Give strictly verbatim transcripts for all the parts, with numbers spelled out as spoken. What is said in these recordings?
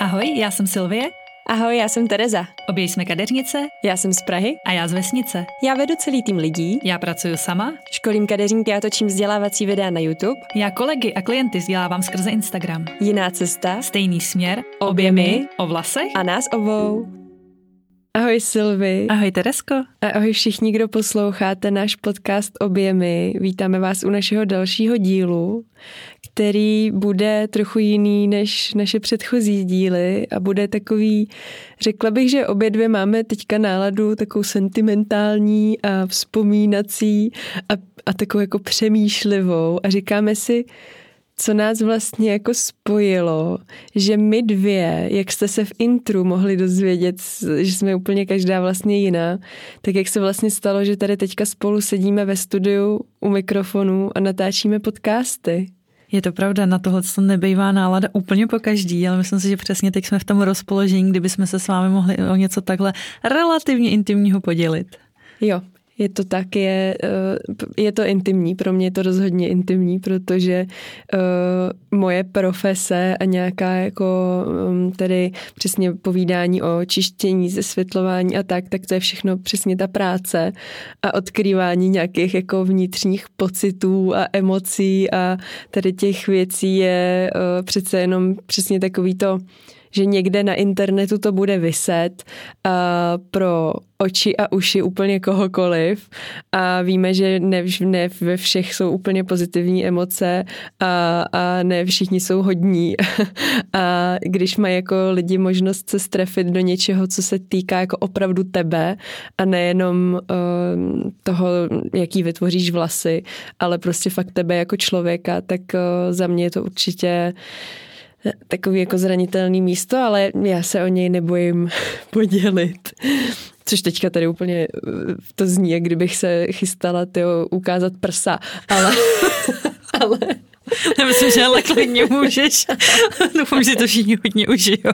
Ahoj, já jsem Sylvie. Ahoj, já jsem Tereza. Obě jsme kadeřnice. Já jsem z Prahy. A já z vesnice. Já vedu celý tým lidí. Já pracuji sama. Školím kadeřníky a točím vzdělávací videa na YouTube. Já kolegy a klienty vzdělávám skrze Instagram. Jiná cesta. Stejný směr. Obě my. O vlasech. A nás obou. Ahoj Sylvie. Ahoj Teresko. A ahoj všichni, kdo posloucháte náš podcast Obě my. Vítáme vás u našeho dalšího dílu, který bude trochu jiný než naše předchozí díly a bude takový, řekla bych, že obě dvě máme teďka náladu takovou sentimentální a vzpomínací a, a takovou jako přemýšlivou a říkáme si, co nás vlastně jako spojilo, že my dvě, jak jste se v intru mohli dozvědět, že jsme úplně každá vlastně jiná, tak jak se vlastně stalo, že tady teďka spolu sedíme ve studiu u mikrofonu a natáčíme podcasty. Je to pravda, na tohle to nebejvá nálada úplně po každý, ale myslím si, že přesně teď jsme v tom rozpoložení, kdyby jsme se s vámi mohli o něco takhle relativně intimního podělit. Jo. Je to tak, je, je to intimní, pro mě je to rozhodně intimní, protože uh, moje profese a nějaká jako um, tedy přesně povídání o čištění, zesvětlování a tak, tak to je všechno přesně ta práce a odkrývání nějakých jako vnitřních pocitů a emocí a tady těch věcí je uh, přece jenom přesně takový to, že někde na internetu to bude viset uh, pro oči a uši úplně kohokoliv a víme, že ne, ne ve všech jsou úplně pozitivní emoce a, a ne všichni jsou hodní a když mají jako lidi možnost se strefit do něčeho, co se týká jako opravdu tebe a nejenom uh, toho, jaký vytvoříš vlasy, ale prostě fakt tebe jako člověka, tak uh, za mě je to určitě takový jako zranitelný místo, ale já se o něj nebojím podělit. Což teďka tady úplně to zní, jak kdybych se chystala tyjo, ukázat prsa, ale... ale... Já myslím, že ale klidně můžeš. Doufám, že to všichni hodně užijou.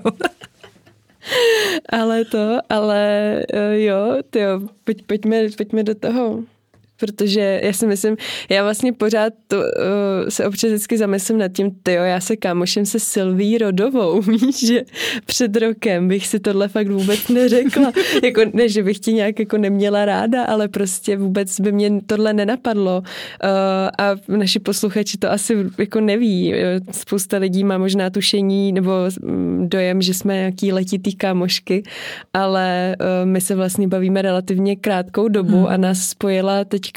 Ale to, ale jo, tyjo, pojď, pojďme, pojďme do toho. Protože já si myslím, já vlastně pořád to, uh, se občas vždycky zamyslím nad tím, tyjo, já se kámošem se Sylví Rodovou, víš, že před rokem bych si tohle fakt vůbec neřekla. Jako, ne, že bych tě nějak jako neměla ráda, ale prostě vůbec by mě tohle nenapadlo. Uh, a naši posluchači to asi jako neví. Spousta lidí má možná tušení nebo dojem, že jsme nějaký letitý kámošky, ale uh, my se vlastně bavíme relativně krátkou dobu hmm. a nás spojila teď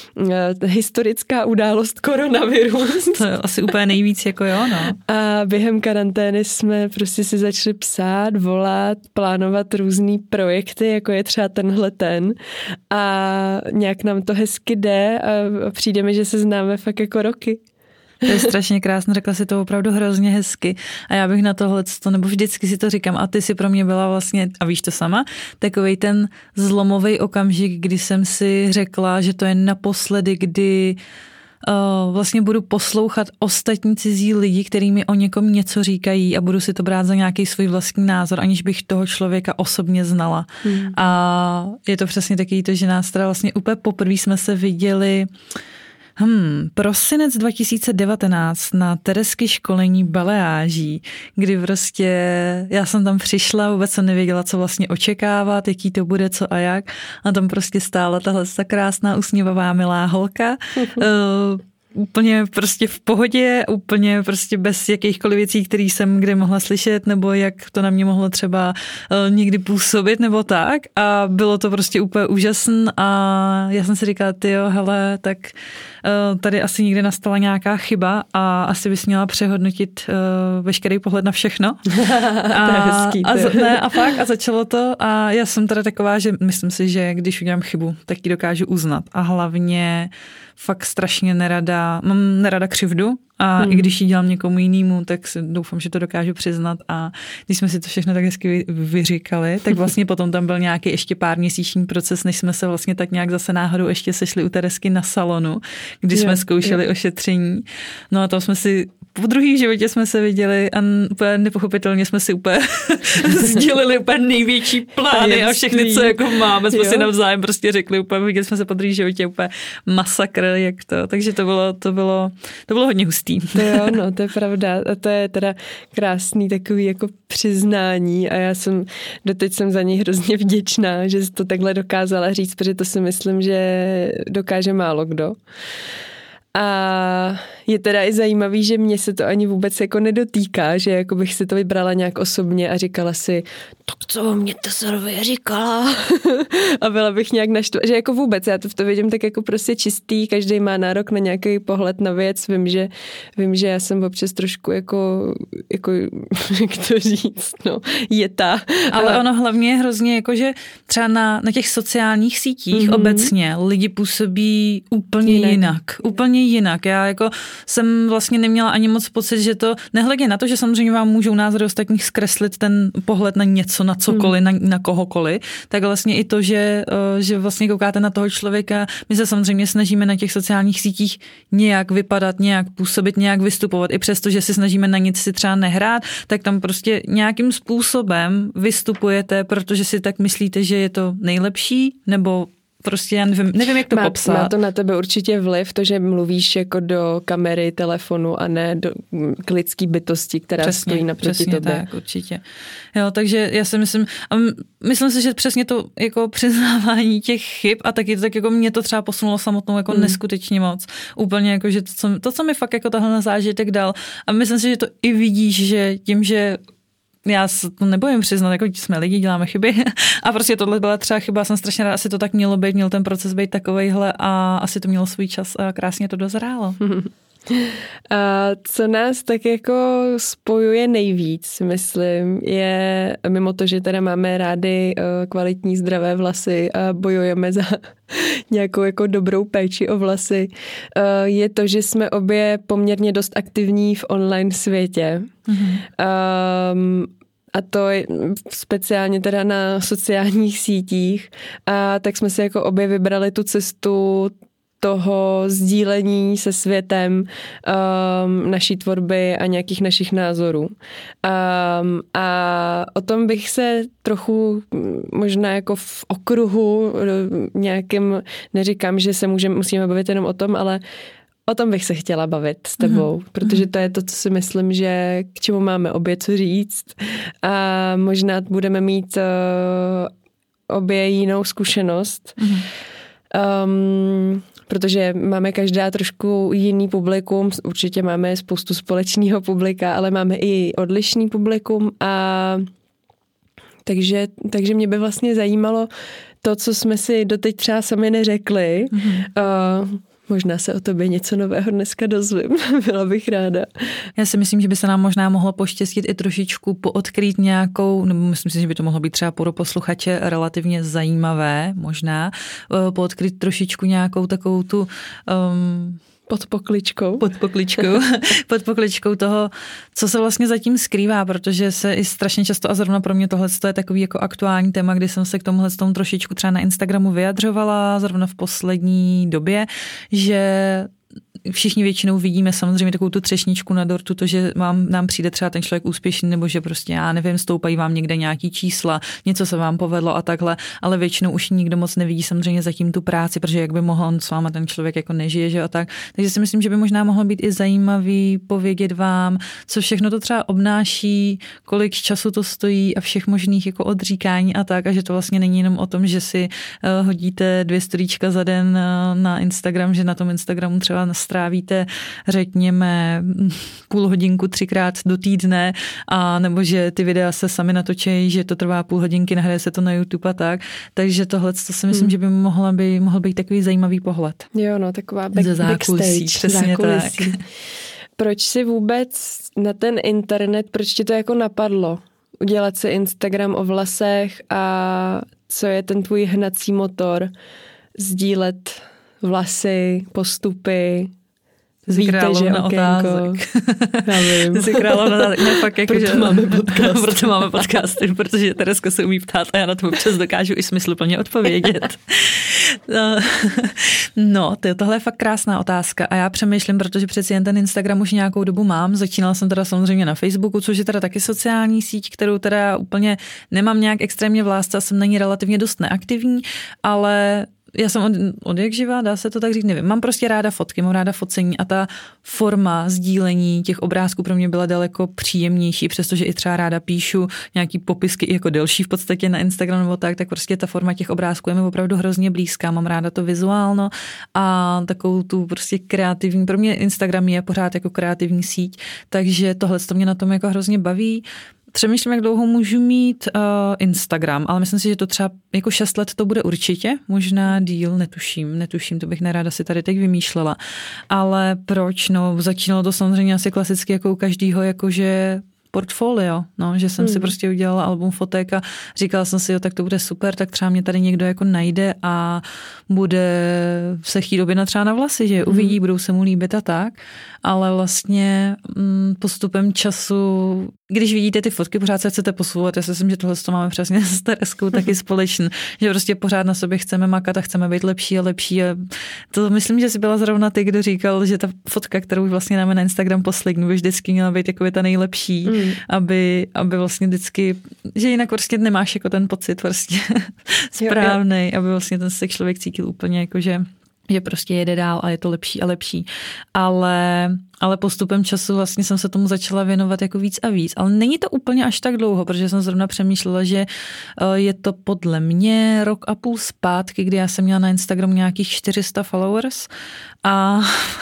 historická událost koronavirus. To je asi úplně nejvíc, jako jo, no. A během karantény jsme prostě si začali psát, volat, plánovat různý projekty, jako je třeba tenhle ten. A nějak nám to hezky jde a přijde mi, že se známe fakt jako roky. To je strašně krásné, řekla si to opravdu hrozně hezky a já bych na tohle, nebo vždycky si to říkám a ty si pro mě byla vlastně, a víš to sama, takovej ten zlomový okamžik, kdy jsem si řekla, že to je naposledy, kdy uh, vlastně budu poslouchat ostatní cizí lidi, který mi o někom něco říkají a budu si to brát za nějaký svůj vlastní názor, aniž bych toho člověka osobně znala. Hmm. A je to přesně takový to, že nás teda vlastně úplně poprvé jsme se viděli Hmm, prosinec dva tisíce devatenáct na Terezky školení baleáží, kdy prostě já jsem tam přišla, vůbec jsem nevěděla, co vlastně očekávat, jaký to bude, co a jak. A tam prostě stála tahle ta krásná usměvavá milá holka, uh, úplně prostě v pohodě, úplně prostě bez jakýchkoliv věcí, které jsem kde mohla slyšet, nebo jak to na mě mohlo třeba uh, někdy působit, nebo tak. A bylo to prostě úplně úžasné a já jsem si říkala, tyjo, hele, tak uh, tady asi někde nastala nějaká chyba a asi bys měla přehodnotit uh, veškerý pohled na všechno. A, to je hezký, a, ne, a fakt, a začalo to a já jsem teda taková, že myslím si, že když udělám chybu, tak ji dokážu uznat. A hlavně fakt strašně nerada, mám nerada křivdu a hmm. i když ji dělám někomu jinému, tak doufám, že to dokážu přiznat a když jsme si to všechno tak hezky vyříkali, tak vlastně potom tam byl nějaký ještě pár měsíční proces, než jsme se vlastně tak nějak zase náhodou ještě sešli u Terezky na salonu, kdy jsme je, zkoušeli je. ošetření. No a tam jsme si po druhý životě jsme se viděli a úplně nepochopitelně jsme si úplně sdělili úplně největší plány a všechny, co jako máme, jsme jo. si navzájem prostě řekli, úplně viděli jsme se po druhý životě, úplně masakr, jak to, takže to bylo, to bylo, to bylo hodně hustý. To jo, no, to je pravda a to je teda krásný takový jako přiznání a já jsem, doteď jsem za něj hrozně vděčná, že jsi to takhle dokázala říct, protože to si myslím, že dokáže málo kdo. A je teda i zajímavý, že mě se to ani vůbec jako nedotýká, že jako bych si to vybrala nějak osobně a říkala si, tak co mě to Sylvie říkala a byla bych nějak naštvaná, že jako vůbec, já to v to vidím tak jako prostě čistý, každý má nárok na nějaký pohled na věc, vím, že, vím, že já jsem občas trošku jako, jako jak to říct, no, jetá. Ale ono hlavně je hrozně jako, že třeba na, na těch sociálních sítích mm-hmm. obecně lidi působí úplně jinak, jinak úplně jinak. Já jako jsem vlastně neměla ani moc pocit, že to, nehledě na to, že samozřejmě vám můžou názory ostatních zkreslit ten pohled na něco, na cokoliv, hmm. na, na kohokoliv, tak vlastně i to, že, že vlastně koukáte na toho člověka, my se samozřejmě snažíme na těch sociálních sítích nějak vypadat, nějak působit, nějak vystupovat, i přesto, že si snažíme na nic si třeba nehrát, tak tam prostě nějakým způsobem vystupujete, protože si tak myslíte, že je to nejlepší, nebo prostě já nevím, nevím, jak to má, popsat. Má to na tebe určitě vliv, to, že mluvíš jako do kamery, telefonu a ne do k lidský bytosti, která přesně, stojí naproti přesně tobě. Tak, určitě. Jo, takže já si myslím, a myslím si, že přesně to jako přiznávání těch chyb a taky tak jako mě to třeba posunulo samotnou jako hmm. neskutečně moc. Úplně jako, že to co, to, co mi fakt jako tahle zážitek dal a myslím si, že to i vidíš, že tím, že já se to nebojím přiznat, jako jsme lidi, děláme chyby a prostě tohle byla třeba chyba, jsem strašně ráda, asi to tak mělo být, měl ten proces být takovejhle a asi to mělo svůj čas a krásně to dozrálo. A co nás tak jako spojuje nejvíc, myslím, je mimo to, že teda máme rády kvalitní zdravé vlasy a bojujeme za nějakou jako dobrou péči o vlasy, je to, že jsme obě poměrně dost aktivní v online světě. Mm-hmm. Um, a to je speciálně teda na sociálních sítích. A tak jsme si jako obě vybrali tu cestu toho sdílení se světem um, naší tvorby a nějakých našich názorů. Um, a o tom bych se trochu možná jako v okruhu nějakým, neříkám, že se můžeme, musíme bavit jenom o tom, ale o tom bych se chtěla bavit s tebou, mm. protože to je to, co si myslím, že k čemu máme obě co říct a možná budeme mít uh, obě jinou zkušenost. Mm. Um, protože máme každá trošku jiný publikum, určitě máme spoustu společného publika, ale máme i odlišný publikum a takže, takže mě by vlastně zajímalo to, co jsme si doteď třeba sami neřekli. Mm-hmm. Uh, možná se o tobě něco nového dneska dozvím. Byla bych ráda. Já si myslím, že by se nám možná mohlo poštěstit i trošičku poodkrýt nějakou, nebo myslím si, že by to mohlo být třeba pro posluchače relativně zajímavé, možná, poodkrýt trošičku nějakou takovou tu... Um, Pod pokličkou. Pod pokličkou. Pod pokličkou toho, co se vlastně zatím skrývá, protože se i strašně často, a zrovna pro mě tohle je takový jako aktuální téma, kdy jsem se k tomuhle tomu trošičku třeba na Instagramu vyjadřovala, zrovna v poslední době, že všichni většinou vidíme samozřejmě takovou tu třešničku na dortu, to, že vám, nám přijde třeba ten člověk úspěšný, nebo že prostě, já nevím, stoupají vám někde nějaký čísla, něco se vám povedlo a takhle, ale většinou už nikdo moc nevidí samozřejmě zatím tu práci, protože jak by mohl on s váma ten člověk jako nežije, že a tak. Takže si myslím, že by možná mohlo být i zajímavý povědět vám, co všechno to třeba obnáší, kolik času to stojí a všech možných jako odříkání a tak, a že to vlastně není jenom o tom, že si uh, hodíte dvě storíčka za den uh, na Instagram, že na tom Instagramu třeba strávíte, řekněme, půl hodinku třikrát do týdne, a nebo že ty videa se sami natočí, že to trvá půl hodinky, nahraje se to na YouTube a tak. Takže tohle, to si myslím, hmm. že by mohla by, mohl být takový zajímavý pohled. Jo, no, taková back, backstage, přesně zákulisí. Tak. Proč si vůbec na ten internet, proč ti to jako napadlo? Udělat si Instagram o vlasech a co je ten tvůj hnací motor? Sdílet vlasy, postupy, Jsi královna otázek. Já vím. Jsi královna otázek. Ne, fakt jako, proto že, máme podcast. Proto máme podcasty, protože Tereska se umí ptát a já na to občas dokážu i smysluplně odpovědět. No, to, tohle je fakt krásná otázka a já přemýšlím, protože přeci jen ten Instagram už nějakou dobu mám. Začínala jsem teda samozřejmě na Facebooku, což je teda taky sociální síť, kterou teda úplně nemám nějak extrémně v lásce a jsem na ní relativně dost neaktivní, ale já jsem od, od jak živá, dá se to tak říct, nevím. Mám prostě ráda fotky, mám ráda focení a ta forma sdílení těch obrázků pro mě byla daleko příjemnější, přestože i třeba ráda píšu nějaký popisky i jako delší v podstatě na Instagram nebo tak, tak prostě ta forma těch obrázků je mi opravdu hrozně blízká, mám ráda to vizuálno a takovou tu prostě kreativní, pro mě Instagram je pořád jako kreativní síť, takže tohle to mě na tom jako hrozně baví. Přemýšlím, jak dlouho můžu mít uh, Instagram, ale myslím si, že to třeba jako šest let to bude určitě, možná díl, netuším, netuším, to bych nerada si tady teď vymýšlela. Ale proč? No, začínalo to samozřejmě asi klasicky jako u každýho, jakože portfolio, no, že jsem hmm. si prostě udělala album fotek a říkala jsem si, jo, tak to bude super, tak třeba mě tady někdo jako najde a bude se chtít objednat třeba na vlasy, že uvidí, hmm. budou se mu líbit a tak, ale vlastně m, postupem času, když vidíte ty fotky, pořád se chcete posouvat, já si myslím, že tohle to máme přesně s Tereskou taky společný, že prostě pořád na sobě chceme makat a chceme být lepší a lepší a to myslím, že jsi byla zrovna ty, kdo říkal, že ta fotka, kterou vlastně dáme na Instagram poslední, by vždycky měla být jako ta nejlepší, hmm. aby, aby vlastně vždycky, že jinak prostě nemáš jako ten pocit prostě správnej, aby vlastně ten se člověk cítil úplně jako, že že prostě jede dál a je to lepší a lepší. Ale, ale postupem času vlastně jsem se tomu začala věnovat jako víc a víc. Ale není to úplně až tak dlouho, protože jsem zrovna přemýšlela, že je to podle mě rok a půl zpátky, kdy já jsem měla na Instagramu nějakých čtyři sta followers a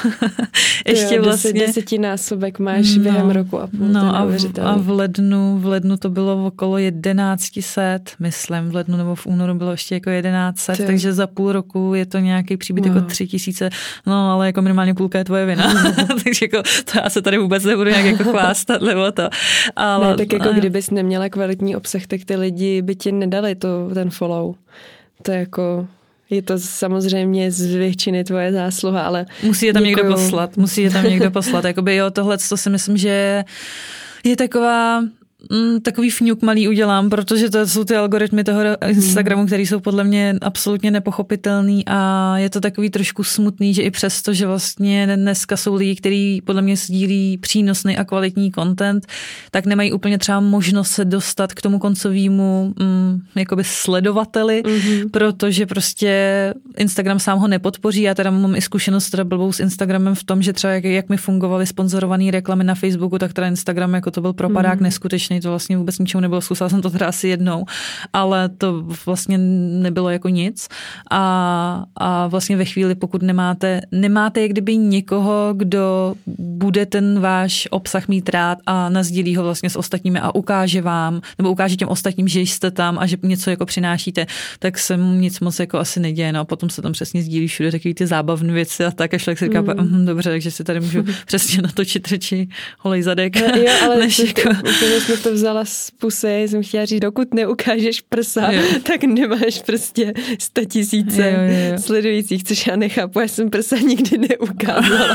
ještě jo, vlastně... desetinásobek máš no, během roku a půl. No a v, a v lednu, v lednu to bylo okolo jedenáct set, myslím, v lednu nebo v únoru bylo ještě jako jedenáct set, takže za půl roku je to nějaký příbyt wow. jako tři tisíce, no ale jako minimálně půlka je tvoje vina. Takže jako to já se tady vůbec nebudu nějak jako chvástat, nebo to. Ale, ne, tak jako kdybys neměla kvalitní obsah, tak ty lidi by ti nedali to, ten follow. To je jako... Je to samozřejmě z většiny tvoje zásluha, ale... Musí je tam děkuju. někdo poslat, musí je tam někdo poslat. Jakoby jo, tohle to si myslím, že je taková... Mm, takový fňuk malý udělám, protože to jsou ty algoritmy toho Instagramu, které jsou podle mě absolutně nepochopitelný a je to takový trošku smutný, že i přesto, že vlastně dneska jsou lidi, kteří podle mě sdílí přínosný a kvalitní content, tak nemají úplně třeba možnost se dostat k tomu koncovému mm, jakoby sledovateli, mm-hmm. protože prostě Instagram sám ho nepodpoří. Já teda mám i zkušenost teda blbou s Instagramem v tom, že třeba jak, jak mi fungovaly sponzorované reklamy na Facebooku, tak teda Instagram jako to byl propadák mm-hmm. neskutečný. To vlastně vůbec ničemu nebylo, zkusila jsem to teda asi jednou, ale to vlastně nebylo jako nic a, a vlastně ve chvíli, pokud nemáte, nemáte jak kdyby někoho, kdo bude ten váš obsah mít rád a nasdílí ho vlastně s ostatními a ukáže vám, nebo ukáže těm ostatním, že jste tam a že něco jako přinášíte, tak se mu nic moc jako asi neděje, no a potom se tam přesně sdílí všude takový ty zábavné věci a tak a člověk si říká, mm. hm, dobře, takže si tady můžu přesně natočit řeči holej zadek. No, jo, ale než jako... to vzala z pusy, jsem chtěla říct, dokud neukážeš prsa, jo. tak nemáš prostě sto tisíce jo, jo, jo. sledujících, což já nechápu, já jsem prsa nikdy neukázala.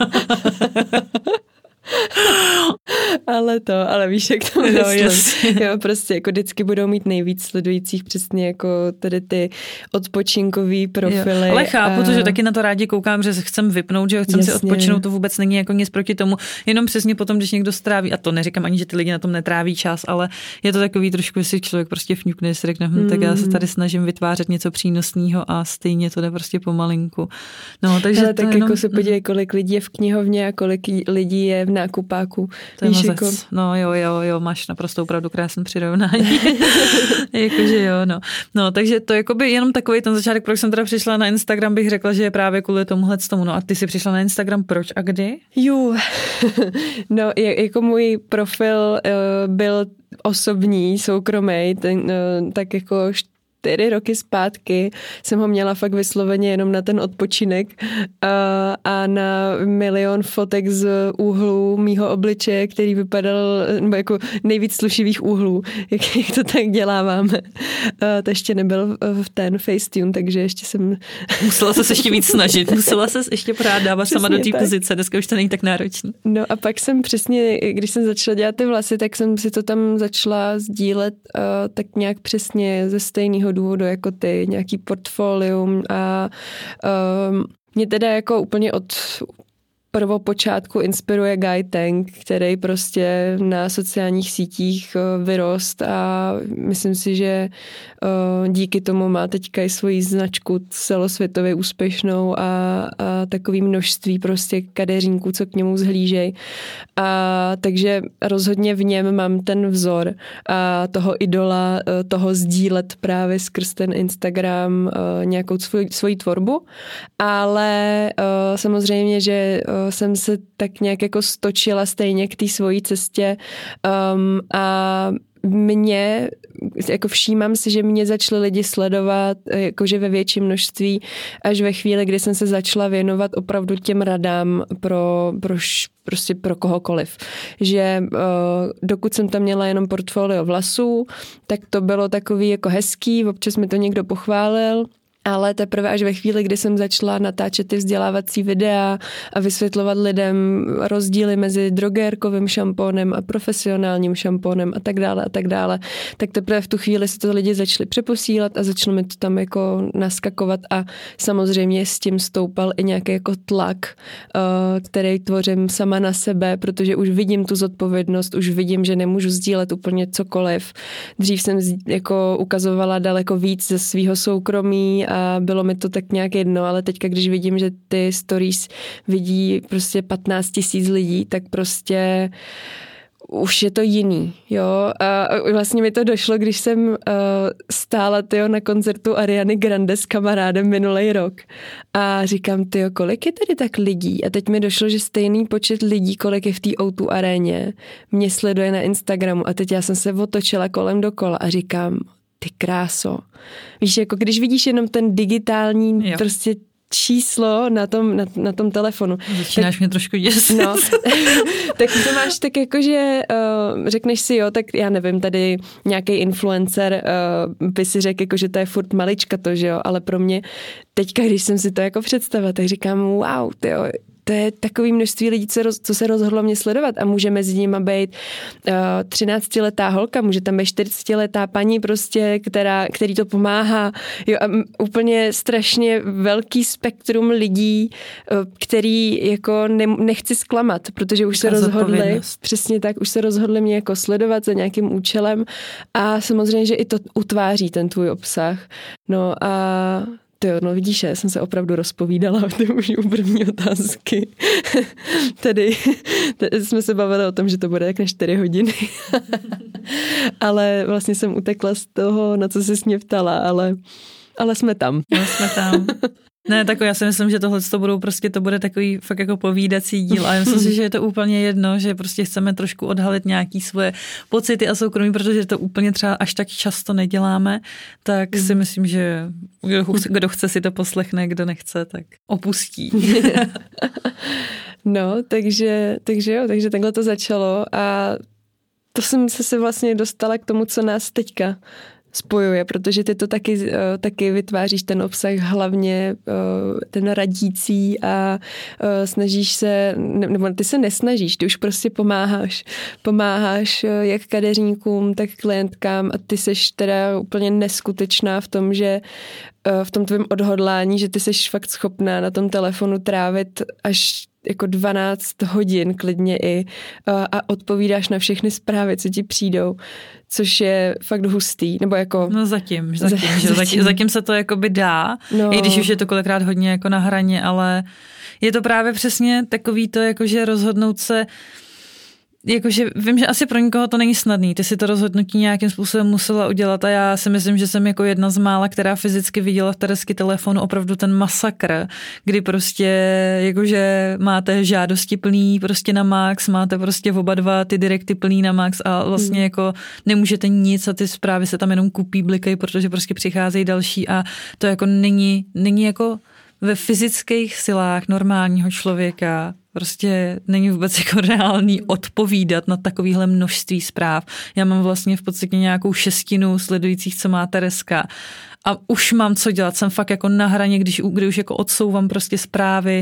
ale to, ale víš, jak to myslím. No, jo, prostě jako vždycky budou mít nejvíc sledujících přesně jako tady ty odpočinkový profily. Jo. Ale chápu a... to, že taky na to rádi koukám, že chcem vypnout, že chcem Jasně. si odpočinout, to vůbec není jako nic proti tomu, jenom přesně potom, když někdo stráví, a to neříkám ani, že ty lidi na tom netráví čas, ale je to takový trošku, jestli člověk prostě vňukne, si řekne, hm, tak já se tady snažím vytvářet něco přínosného a stejně to jde prostě pomalinku. No, takže ale tak jenom... jako se podívej, kolik lidí je v knihovně a kolik lidí je v nákupáku. To je jako... No jo, jo, jo, máš naprosto opravdu krásný přirovnání. Jakože jo, no. No, takže to jakoby jenom takový ten začátek, proč jsem teda přišla na Instagram, bych řekla, že je právě kvůli tomuhle tomu. No a ty jsi přišla na Instagram proč a kdy? Jo, no jako můj profil uh, byl osobní, soukromý, ten, uh, tak jako čtyři roky zpátky jsem ho měla fakt vysloveně jenom na ten odpočinek a, a na milion fotek z úhlů mýho obličeje, který vypadal nebo jako nejvíc slušivých úhlů, jak, jak to tak děláváme. A to ještě nebyl v ten Facetune, takže ještě jsem... Musela se ještě víc snažit, musela se ještě pořád dávat přesně sama do té pozice, dneska už to není tak náročný. No a pak jsem přesně, když jsem začala dělat ty vlasy, tak jsem si to tam začala sdílet uh, tak nějak přesně ze stejného stejného důvodu jako ty, nějaký portfolium a um, mě teda jako úplně od prvopočátku inspiruje Guy Tang, který prostě na sociálních sítích vyrost a myslím si, že díky tomu má teďka i svoji značku celosvětově úspěšnou a, a takový množství prostě kadeřínků, co k němu zhlížej. A takže rozhodně v něm mám ten vzor a toho idola, toho sdílet právě skrz ten Instagram nějakou svou, svoji tvorbu, ale samozřejmě, že jsem se tak nějak jako stočila stejně k té svojí cestě um, a mě, jako všímám si, že mě začali lidi sledovat jakože ve větším množství až ve chvíli, kdy jsem se začala věnovat opravdu těm radám pro, pro prostě pro kohokoliv. Že uh, dokud jsem tam měla jenom portfolio vlasů, tak to bylo takový jako hezký, občas mi to někdo pochválil, ale teprve až ve chvíli, kdy jsem začala natáčet ty vzdělávací videa a vysvětlovat lidem rozdíly mezi drogérkovým šampónem a profesionálním šampónem a tak dále a tak dále, tak teprve v tu chvíli se to lidi začali přeposílat a začalo mi to tam jako naskakovat a samozřejmě s tím stoupal i nějaký jako tlak, který tvořím sama na sebe, protože už vidím tu zodpovědnost, už vidím, že nemůžu sdílet úplně cokoliv. Dřív jsem jako ukazovala daleko víc ze svého soukromí a a bylo mi to tak nějak jedno, ale teďka, když vidím, že ty stories vidí prostě patnáct tisíc lidí, tak prostě už je to jiný, jo. A vlastně mi to došlo, když jsem uh, stála tyjo, na koncertu Ariany Grande s kamarádem minulej rok a říkám, tyjo, kolik je tady tak lidí? A teď mi došlo, že stejný počet lidí, kolik je v té ó dva aréně, mě sleduje na Instagramu a teď já jsem se otočila kolem dokola a říkám, ty kráso. Víš, jako když vidíš jenom ten digitální jo. prostě číslo na tom, na, na tom telefonu. Začínáš tak, mě trošku děsit. No, tak to máš tak jako, že uh, řekneš si, jo, tak já nevím, tady nějaký influencer uh, by si řekl, jako, že to je furt malička to, že jo, ale pro mě teďka, když jsem si to jako představila, tak říkám, wow, tyjo, to je takový množství lidí, co, roz, co se rozhodlo mě sledovat a může mezi nimi být uh, třináctiletá holka, může tam být čtyřicetiletá paní prostě, která, který to pomáhá. Jo, a m, úplně strašně velký spektrum lidí, uh, který jako ne, nechci zklamat, protože už se rozhodli, přesně tak, už se rozhodli mě jako sledovat za nějakým účelem a samozřejmě, že i to utváří ten tvůj obsah. No a Tyjo, no vidíš, já jsem se opravdu rozpovídala v tom už u první otázky. Tedy, tedy jsme se bavili o tom, že to bude jak na čtyři hodiny. Ale vlastně jsem utekla z toho, na co jsi mě ptala, ale, ale jsme tam. No, jsme tam. Ne, tak já si myslím, že tohle to budou prostě, to bude takový fakt jako povídací díl a já myslím si, že je to úplně jedno, že prostě chceme trošku odhalit nějaký svoje pocity a soukromí, protože to úplně třeba až tak často neděláme, tak si myslím, že kdo chce, kdo chce si to poslechne, kdo nechce, tak opustí. No, takže, takže jo, takže takhle to začalo a to jsem se vlastně dostala k tomu, co nás teďka spojuje, protože ty to taky, uh, taky vytváříš ten obsah hlavně uh, ten radící a uh, snažíš se, ne, nebo ty se nesnažíš, ty už prostě pomáháš. Pomáháš uh, jak kadeřníkům, tak klientkám a ty seš teda úplně neskutečná v tom, že uh, v tom tvém odhodlání, že ty seš fakt schopná na tom telefonu trávit až jako dvanáct hodin klidně i a odpovídáš na všechny zprávy, co ti přijdou, což je fakt hustý, nebo jako... No zatím, zatím, zatím, že zatím, zatím se to jakoby dá, no. I když už je to kolikrát hodně jako na hraně, ale je to právě přesně takový to, jakože rozhodnout se, jakože vím, že asi pro nikoho to není snadný, ty si to rozhodnutí nějakým způsobem musela udělat a já si myslím, že jsem jako jedna z mála, která fyzicky viděla v Teresky telefonu opravdu ten masakr, kdy prostě jakože máte žádosti plný prostě na max, máte prostě oba dva ty direkty plný na max a vlastně hmm. jako nemůžete nic a ty zprávy se tam jenom kupí, blikají, protože prostě přicházejí další a to jako není, není jako ve fyzických silách normálního člověka prostě není vůbec jako reálný odpovídat na takovýhle množství zpráv. Já mám vlastně v podstatě nějakou šestinu sledujících, co má Tereska a už mám co dělat, jsem fakt jako na hraně, když, kdy už jako odsouvám prostě zprávy,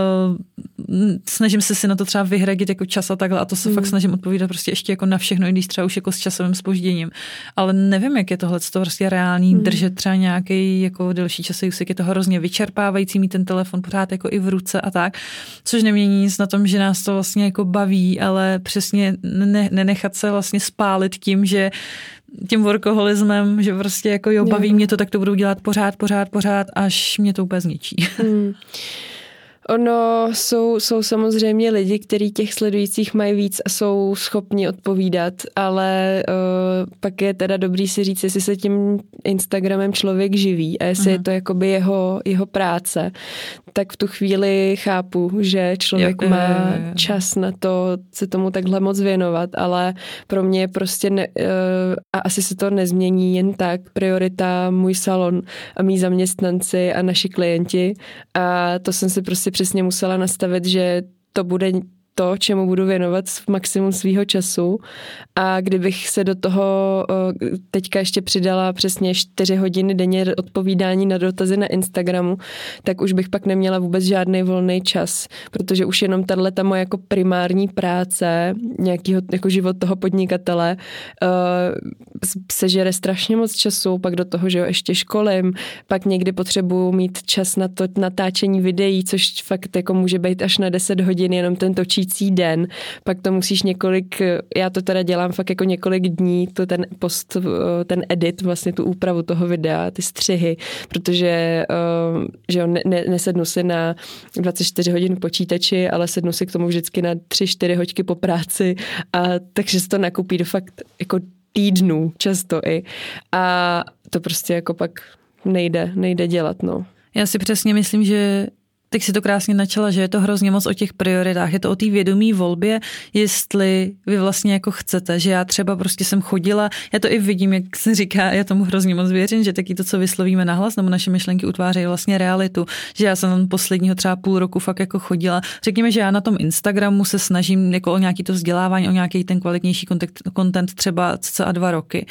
uh, snažím se si na to třeba vyhradit jako čas a takhle a to se mm. fakt snažím odpovídat prostě ještě jako na všechno, i když třeba už jako s časovým zpožděním. Ale nevím, jak je tohle to prostě reálný, mm. držet třeba nějaký jako delší časový úsek, je to hrozně vyčerpávající mít ten telefon pořád jako i v ruce a tak, což nemění nic na tom, že nás to vlastně jako baví, ale přesně ne, nenechat se vlastně spálit tím, že tím workoholismem, že prostě jako jo, baví jo. mě to, tak to budu dělat pořád, pořád, pořád, až mě to úplně zničí. Hmm. Ono jsou, jsou samozřejmě lidi, kteří těch sledujících mají víc a jsou schopni odpovídat, ale uh, pak je teda dobrý si říct, jestli se tím Instagramem člověk živí a jestli Aha. je to jakoby jeho, jeho práce, tak v tu chvíli chápu, že člověk jo, má jo, jo. čas na to se tomu takhle moc věnovat, ale pro mě je prostě ne, uh, a asi se to nezmění jen tak, priorita můj salon a mý zaměstnanci a naši klienti a to jsem si prostě přesně musela nastavit, že to bude to, čemu budu věnovat v maximum svýho času a kdybych se do toho teďka ještě přidala přesně čtyři hodiny denně odpovídání na dotazy na Instagramu, tak už bych pak neměla vůbec žádný volný čas, protože už jenom tahle ta moje jako primární práce, nějakýho jako život toho podnikatele uh, sežere strašně moc času, pak do toho, že jo, ještě školím, pak někdy potřebuju mít čas na to natáčení videí, což fakt jako může být až na deset hodin jenom ten točí den, pak to musíš několik, já to teda dělám fakt jako několik dní, to ten post, ten edit, vlastně tu úpravu toho videa, ty střihy, protože že jo, ne, ne, nesednu si na dvacet čtyři hodin počítači, ale sednu si k tomu vždycky na tři čtyři hoďky po práci a takže se to nakupí do fakt jako týdnů často i a to prostě jako pak nejde, nejde dělat, no. Já si přesně myslím, že tak si to krásně načala, že je to hrozně moc o těch prioritách, je to o té vědomí volbě, jestli vy vlastně jako chcete, že já třeba prostě jsem chodila, já to i vidím, jak se říká, já tomu hrozně moc věřím, že taky to, co vyslovíme nahlas, nebo naše myšlenky utvářejí vlastně realitu, že já jsem tam posledního třeba půl roku fakt jako chodila. Řekněme, že já na tom Instagramu se snažím jako o nějaký to vzdělávání, o nějaký ten kvalitnější content třeba cca dva roky.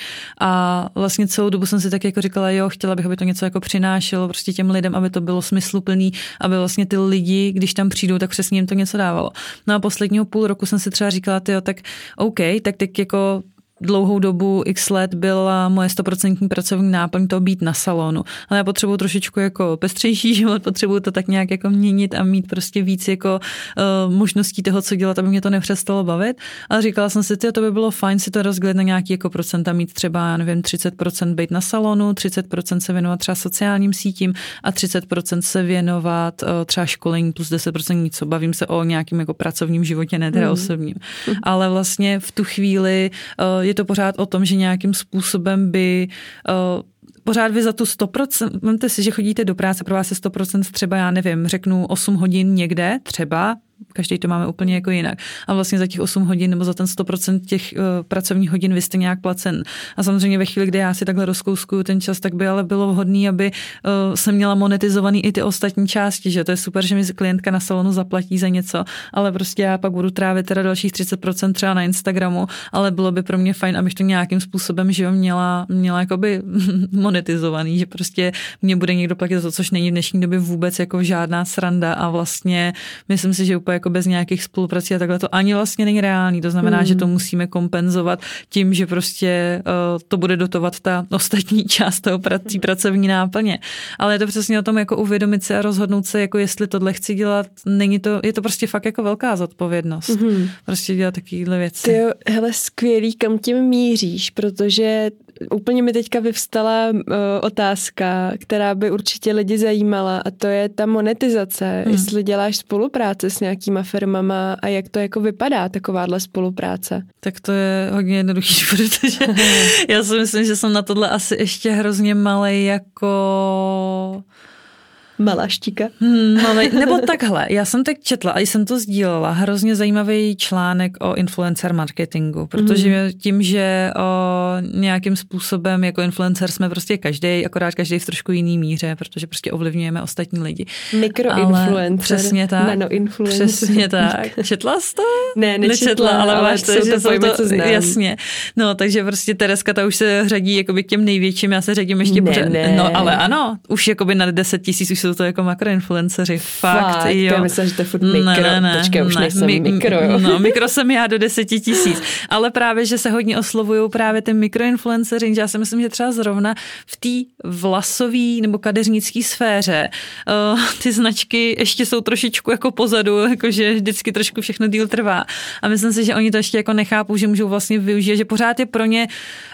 A vlastně celou dobu jsem si tak jako říkala, jo, chtěla bych, aby to něco jako přinášelo prostě těm lidem, aby to bylo smysluplný, aby vlastně ty lidi, když tam přijdou, tak přesně jim to něco dávalo. No a posledního půl roku jsem si třeba říkala, tyjo, tak OK, tak teď jako dlouhou dobu, x let byla moje stoprocentní pracovní náplň to být na salonu. Ale já potřebuji trošičku jako pestřejší život, potřebuji to tak nějak jako měnit a mít prostě víc jako uh, možností toho, co dělat, aby mě to nepřestalo bavit. Ale říkala jsem si, tyjo, to by bylo fajn si to rozdělit na nějaký jako procenta, mít třeba, já nevím, třicet procent být na salonu, třicet procent se věnovat třeba sociálním sítím a třicet procent se věnovat uh, třeba školení plus deset procent něco. Bavím se o nějakým jako pracovním životě, ne teda mm. osobním. Ale vlastně v tu chvíli uh, je to pořád o tom, že nějakým způsobem by uh, pořád vy za tu sto procent, vemte si, že chodíte do práce, pro vás je sto procent třeba, já nevím, řeknu osm hodin někde, třeba, každý to máme úplně jako jinak. A vlastně za těch osm hodin nebo za ten sto procent těch uh, pracovních hodin vy jste nějak placen. A samozřejmě ve chvíli, kdy já si takhle rozkouskuju ten čas, tak by ale bylo vhodné, aby uh, jsem měla monetizovaný i ty ostatní části, že to je super, že mi klientka na salonu zaplatí za něco, ale prostě já pak budu trávit teda dalších třicet procent třeba na Instagramu, ale bylo by pro mě fajn, abych to nějakým způsobem, že jo, měla, měla jakoby monetizovaný, že prostě mě bude někdo platit za to, což není v dnešní době vůbec jako žádná sranda a vlastně myslím si, že jako bez nějakých spoluprací a takhle to ani vlastně není reálný. To znamená, mm. že to musíme kompenzovat tím, že prostě uh, to bude dotovat ta ostatní část toho prací, pracovní náplně. Ale je to přesně o tom jako uvědomit se a rozhodnout se, jako jestli tohle chci dělat, není to, je to prostě fakt jako velká zodpovědnost. Mm. Prostě dělat takovéhle věci. Ty jo, hele, skvělý, kam tím míříš, protože úplně mi teďka vyvstala uh, otázka, která by určitě lidi zajímala a to je ta monetizace. Hmm. Jestli děláš spolupráce s nějakýma firmama a jak to jako vypadá, takováhle spolupráce? Tak to je hodně jednoduchý, protože já si myslím, že jsem na tohle asi ještě hrozně malej jako... Malá štíka. Hmm, malej, nebo takhle, já jsem teď četla a jsem to sdílela, hrozně zajímavý článek o influencer marketingu, protože mm. tím, že o nějakým způsobem jako influencer jsme prostě každý, akorát každý v trošku jiný míře, protože prostě ovlivňujeme ostatní lidi. Mikroinfluencer. Přesně tak. Nanoinfluencer. Přesně tak. Četla jsi to? Ne, nečetla, nečetla ale, ale máš to, že to pojmy, co znám. Jasně. No, takže prostě Tereska, ta už se řadí jakoby k těm největším, já se řadím ještě ne, pořád. Ne. No, ale ano, už jakoby na deset tisíc už jsou to jako makroinfluenceři. Fakt, Fakt jo. Já myslím, že to je furt mikro. Ne, ne, Počkej, už ne, nejsem mi, mikro, jo. No, mikro jsem já do deseti tisíc. Ale právě, že se hodně oslovují právě ty mikroinfluenceři, já si myslím, že třeba zrovna v té vlasové nebo kadeřnické sféře uh, ty značky ještě jsou trošičku jako pozadu, jakože vždycky trošku všechno díl trvá. A myslím si, že oni to ještě jako nechápou, že můžou vlastně využít, že pořád je pro ně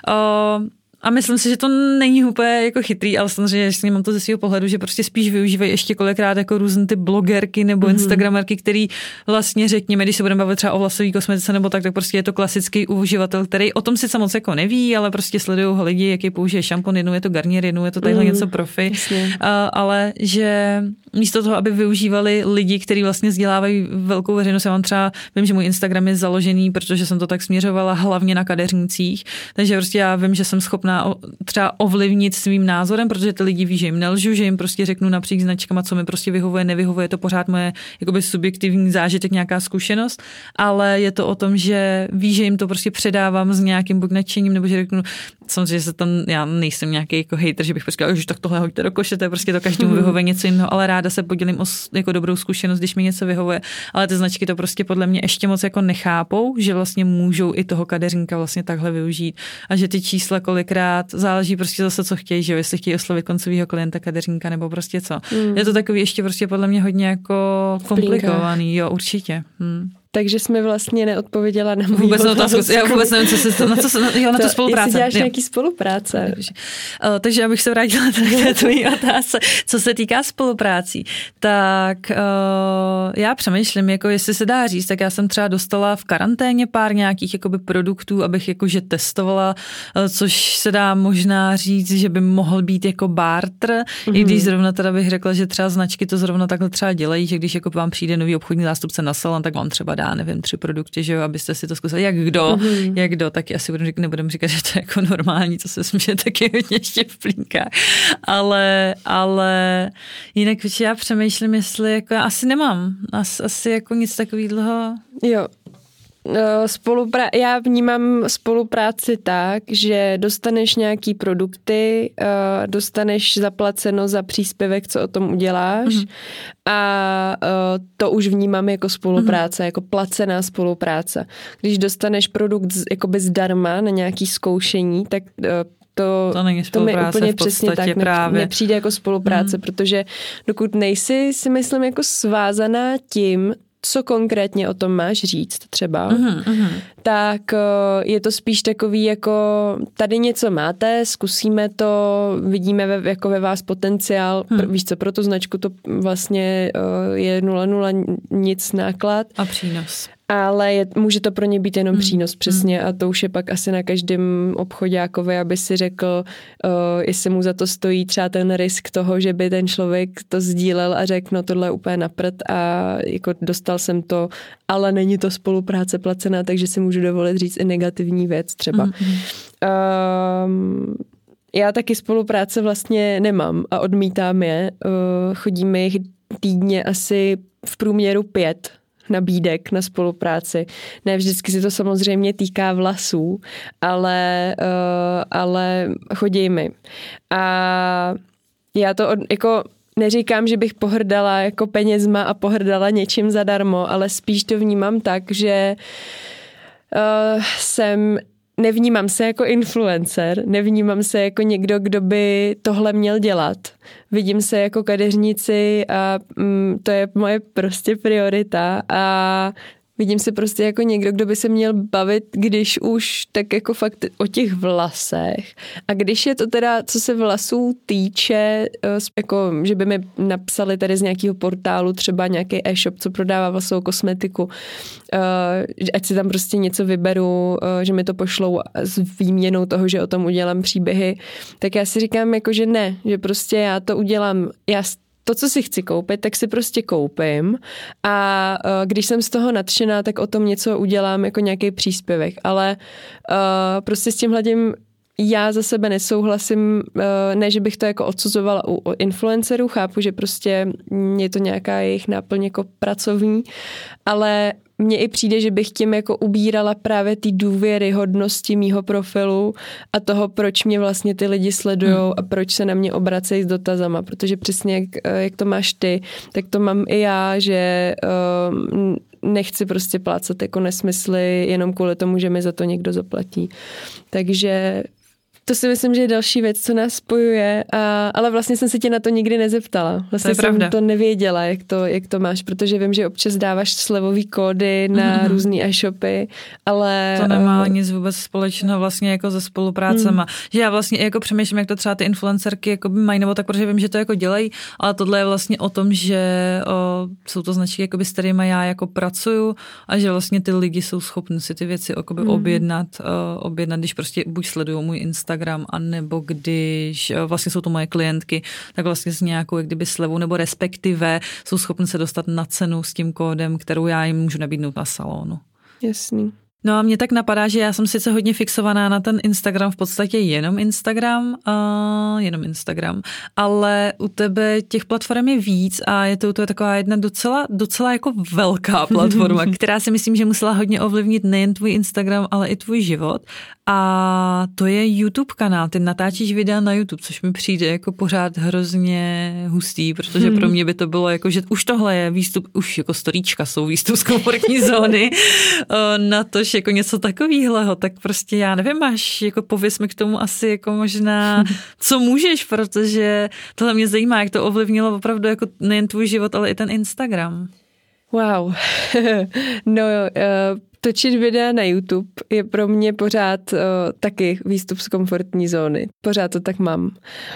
uh, a myslím si, že to není úplně jako chytrý, ale samozřejmě, že mám to ze svého pohledu, že prostě spíš využívají ještě kolikrát jako různé ty blogerky nebo mm-hmm. instagramerky, který vlastně řekněme, když se budeme bavit třeba o vlasové kosmetice nebo tak, tak prostě je to klasický uživatel, který o tom sice moc jako neví, ale prostě sledují ho lidi, jaký použije šampon, jednou je to Garnier, jednou je to tadyhle mm, něco profi, a, ale že místo toho, aby využívali lidi, kteří vlastně vzdělávají velkou veřejnost, já mám třeba, vím, že můj Instagram je založený, protože jsem to tak směřovala hlavně na kadeřnicích, takže prostě já vím, že jsem schopná třeba ovlivnit svým názorem, protože ty lidi ví, že jim nelžu, že jim prostě řeknu napříč značkama, co mi prostě vyhovuje, nevyhovuje, to pořád moje jakoby subjektivní zážitek, nějaká zkušenost, ale je to o tom, že ví, že jim to prostě předávám s nějakým buď nadšením, nebo že řeknu, samozřejmě, že se tam, já nejsem nějaký jako hejter, že bych prostě říkala, že tak tohle hoďte do koše, to je prostě to každému vyhovuje něco jiného, ale ráda se podělím o jako dobrou zkušenost, když mi něco vyhovuje, ale ty značky to prostě podle mě ještě moc jako nechápou, že vlastně můžou i toho kadeřníka vlastně takhle využít a že ty čísla kolikrát záleží prostě zase, co chtějí, že jo, jestli chtějí oslovit koncového klienta, kadeřníka nebo prostě co. Mm. Je to takový ještě prostě podle mě hodně jako komplikovaný, jo, určitě. Hmm. Takže jsme vlastně neodpověděla na můj otázku. otázku. Já vůbec nevím, co se na, co, jo, na to, tu spolupráce. Jestli děláš jo. nějaký spolupráce. Takže, uh, takže abych se vrátila k tvojí otázce. Co se týká spoluprácí, tak uh, já přemýšlím, jako jestli se dá říct, tak já jsem třeba dostala v karanténě pár nějakých jakoby produktů, abych jakože testovala, uh, což se dá možná říct, že by mohl být jako barter, mm-hmm. i když zrovna teda bych řekla, že třeba značky to zrovna takhle třeba dělají, že když jako vám přijde nový obchodní zástupce na salon, tak vám třeba dá, nevím, tři produkty, že jo, abyste si to zkusili, jak kdo, mm-hmm. jak kdo, tak asi budem říkat, nebudem říkat, že to je jako normální, to se smíše taky hodně štěpplínka, ale, ale jinak já přemýšlím, jestli jako, asi nemám, asi, asi jako nic takového. Jo. Spolupra- já vnímám spolupráci tak, že dostaneš nějaký produkty, dostaneš zaplaceno za příspěvek, co o tom uděláš mm-hmm. a to už vnímám jako spolupráce, mm-hmm. jako placená spolupráce. Když dostaneš produkt jakoby zdarma na nějaký zkoušení, tak To, to, není to mi úplně přesně tak právě. nepřijde jako spolupráce, mm. protože dokud nejsi, si myslím, jako svázaná tím, co konkrétně o tom máš říct třeba, mm, mm. tak je to spíš takový jako tady něco máte, zkusíme to, vidíme ve, jako ve vás potenciál, mm. víš co, pro tu značku to vlastně je nula nula nic náklad. A přínos. Ale je, může to pro ně být jenom mm. přínos, přesně, a to už je pak asi na každém obchoďákovi, aby si řekl, uh, jestli mu za to stojí třeba ten risk toho, že by ten člověk to sdílel a řekl, no tohle je úplně na prd a jako dostal jsem to, ale není to spolupráce placená, takže si můžu dovolit říct i negativní věc třeba. Mm. Um, já taky spolupráce vlastně nemám a odmítám je. Uh, chodíme jich týdně asi v průměru pět nabídek na spolupráci. Ne vždycky se to samozřejmě týká vlasů, ale, uh, ale chodí mi. A já to od, jako neříkám, že bych pohrdala jako penězma a pohrdala něčím zadarmo, ale spíš to vnímám tak, že uh, jsem nevnímám se jako influencer, nevnímám se jako někdo, kdo by tohle měl dělat. Vidím se jako kadeřnici a mm, to je moje prostě priorita a vidím se prostě jako někdo, kdo by se měl bavit, když už tak jako fakt o těch vlasech. A když je to teda, co se vlasů týče, jako, že by mi napsali tady z nějakého portálu třeba nějaký e-shop, co prodává vlasovou kosmetiku, ať si tam prostě něco vyberu, že mi to pošlou s výměnou toho, že o tom udělám příběhy, tak já si říkám jako, že ne, že prostě já to udělám, já to, co si chci koupit, tak si prostě koupím a uh, když jsem z toho nadšená, tak o tom něco udělám jako nějaký příspěvek, ale uh, prostě s tímhletím já za sebe nesouhlasím, ne, že bych to jako odsuzovala u influencerů, chápu, že prostě je to nějaká jejich náplň jako pracovní, ale mně i přijde, že bych tím jako ubírala právě ty důvěryhodnosti mýho profilu a toho, proč mě vlastně ty lidi sledujou hmm. a proč se na mě obracejí s dotazama, protože přesně jak, jak to máš ty, tak to mám i já, že um, nechci prostě plácat jako nesmysly jenom kvůli tomu, že mi za to někdo zaplatí. Takže to si myslím, že je další věc, co nás spojuje, a, ale vlastně jsem se tě na to nikdy nezeptala. Vlastně to jsem pravda. to nevěděla, jak to, jak to máš, protože vím, že občas dáváš slevový kódy na mm-hmm. různý e-shopy, ale... To nemá uh, nic vůbec společného vlastně jako se spoluprácema. Mm. Že já vlastně jako přemýšlím, jak to třeba ty influencerky jako by mají, nebo tak, protože vím, že to jako dělají, ale tohle je vlastně o tom, že o, jsou to značky, jakoby, s kterými já jako pracuju a že vlastně ty lidi jsou schopni si ty věci jakoby mm. objednat, o, objednat, když prostě buď sledují můj Instagram, a nebo když vlastně jsou to moje klientky, tak vlastně s nějakou jak kdyby slevou nebo respektive jsou schopni se dostat na cenu s tím kódem, kterou já jim můžu nabídnout na salonu. Jasný. No a mě tak napadá, že já jsem sice hodně fixovaná na ten Instagram, v podstatě jenom Instagram, uh, jenom Instagram, ale u tebe těch platform je víc a je to, to je taková jedna docela, docela jako velká platforma, která si myslím, že musela hodně ovlivnit nejen tvůj Instagram, ale i tvůj život. A to je YouTube kanál, ty natáčíš videa na YouTube, což mi přijde jako pořád hrozně hustý, protože pro mě by to bylo jako, že už tohle je výstup, už jako storíčka jsou výstup z komfortní zóny na to, že jako něco takovýhleho, tak prostě já nevím, máš, jako pověs mi k tomu asi jako možná, co můžeš, protože tohle mě zajímá, jak to ovlivnilo opravdu jako nejen tvůj život, ale i ten Instagram. Wow. No jo, uh... točit videa na YouTube je pro mě pořád uh, taky výstup z komfortní zóny. Pořád to tak mám. Uh,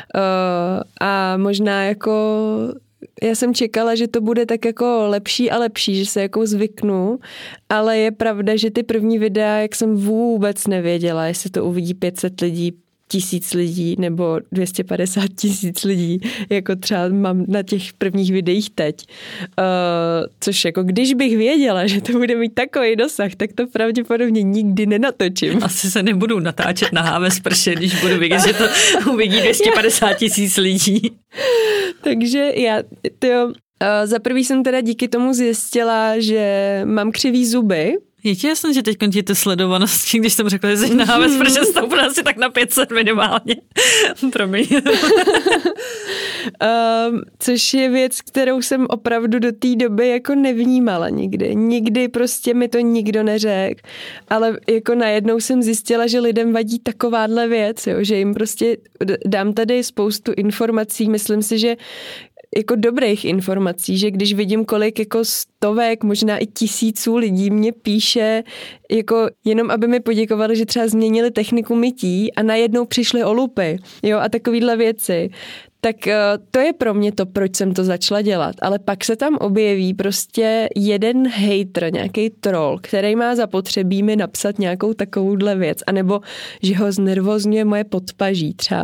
a možná jako já jsem čekala, že to bude tak jako lepší a lepší, že se jako zvyknu, ale je pravda, že ty první videa, jak jsem vůbec nevěděla, jestli to uvidí pět set lidí, tisíc lidí nebo dvě stě padesát tisíc lidí, jako třeba mám na těch prvních videích teď. Uh, což jako když bych věděla, že to bude mít takový dosah, tak to pravděpodobně nikdy nenatočím. Asi se nebudu natáčet na Háve z prše, když budu vědět, že to uvidí dvě stě padesát tisíc lidí. Takže já, tyjo, uh, za prvý jsem teda díky tomu zjistila, že mám křivý zuby. Je ti jasné, že teď ti to sledovanosti, když jsem řekla, že jsi na Háve z prše, stoupne asi tak na pět set minimálně. Promiň. Um, což je věc, kterou jsem opravdu do té doby jako nevnímala nikdy. Nikdy prostě mi to nikdo neřekl, ale jako najednou jsem zjistila, že lidem vadí takováhle věc, jo, že jim prostě dám tady spoustu informací, myslím si, že jako dobrých informací, že když vidím, kolik jako stovek, možná i tisíců lidí mě píše, jako jenom aby mi poděkovali, že třeba změnili techniku mytí a najednou přišly o lupy, jo, a takovýhle věci. Tak to je pro mě to, proč jsem to začala dělat. Ale pak se tam objeví prostě jeden hejtr, nějaký troll, který má zapotřebí mi napsat nějakou takovouhle věc. A nebo, že ho znervozňuje moje podpaží třeba.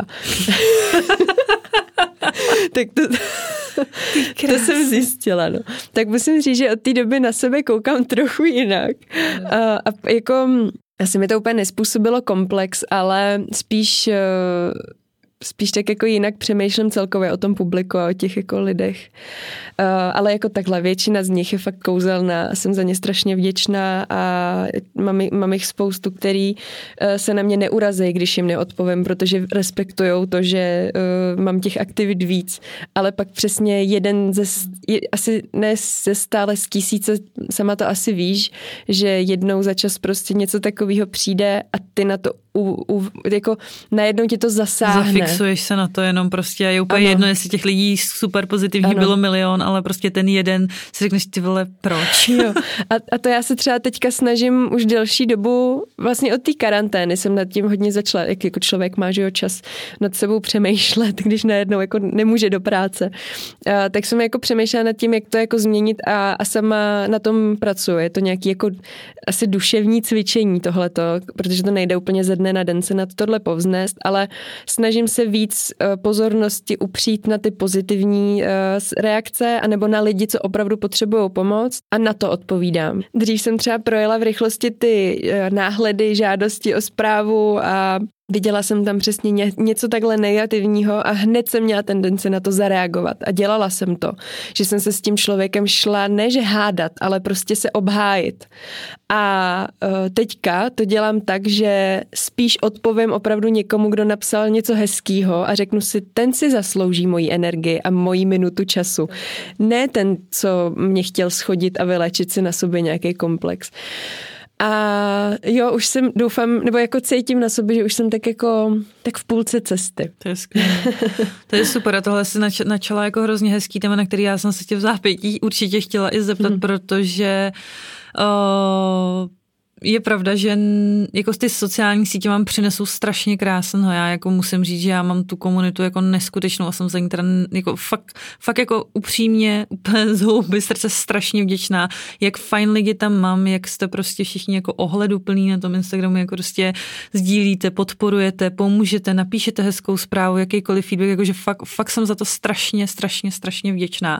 Tak to, to jsem zjistila, no. Tak musím říct, že od té doby na sebe koukám trochu jinak. A, a jako, asi mi to úplně nespůsobilo komplex, ale spíš... Spíš tak jako jinak přemýšlím celkově o tom publiku a o těch jako lidech. Uh, ale jako takhle, většina z nich je fakt kouzelná a jsem za ně strašně vděčná a mám, mám jich spoustu, který uh, se na mě neurazí, když jim neodpovím, protože respektujou to, že uh, mám těch aktivit víc. Ale pak přesně jeden ze, je, asi ne ze stále z tisíce, sama to asi víš, že jednou za čas prostě něco takového přijde a ty na to u, u, jako najednou tě to zasáhne. Zafixuješ se na to jenom prostě je úplně ano. Jedno, jestli těch lidí super pozitivní ano. Bylo milion, ale prostě ten jeden si řekneš, ty vole, proč? Jo. A, a to já se třeba teďka snažím už delší dobu, vlastně od té karantény jsem nad tím hodně začala, jak jako člověk má, že jo, čas nad sebou přemýšlet, když najednou jako nemůže do práce. A, tak jsem jako přemýšlela nad tím, jak to jako změnit a, a sama na tom pracuji. Je to nějaký jako asi duševní cvičení tohleto, protože to nejde úplně ze dne dne na den se nad tohle povznést, ale snažím se víc pozornosti upřít na ty pozitivní reakce anebo na lidi, co opravdu potřebují pomoc a na to odpovídám. Dřív jsem třeba projela v rychlosti ty náhledy, žádosti o správu a viděla jsem tam přesně ně, něco takhle negativního a hned jsem měla tendenci na to zareagovat a dělala jsem to, že jsem se s tím člověkem šla ne že hádat, ale prostě se obhájit. A uh, teďka to dělám tak, že spíš odpovím opravdu někomu, kdo napsal něco hezkýho a řeknu si, ten si zaslouží moji energii a moji minutu času. Ne ten, co mě chtěl schodit a vylečit si na sobě nějaký komplex. A jo, už jsem, doufám, nebo jako cítím na sobě, že už jsem tak jako, tak v půlce cesty. To je skvělé. To je super a tohle si nač- načala jako hrozně hezký téma, na který já jsem se tě v zápětí určitě chtěla i zeptat, hmm. protože uh, je pravda, že jako ty sociální sítě vám přinesou strašně krásného. Já jako musím říct, že já mám tu komunitu jako neskutečnou a jsem za ní teda jako fakt, fakt jako upřímně, úplně z hloubi srdce strašně vděčná, jak fajn lidi tam mám, jak jste prostě všichni jako ohleduplní na tom Instagramu, jako prostě sdílíte, podporujete, pomůžete, napíšete hezkou zprávu, jakýkoliv feedback, jakože fakt, fakt jsem za to strašně, strašně, strašně vděčná.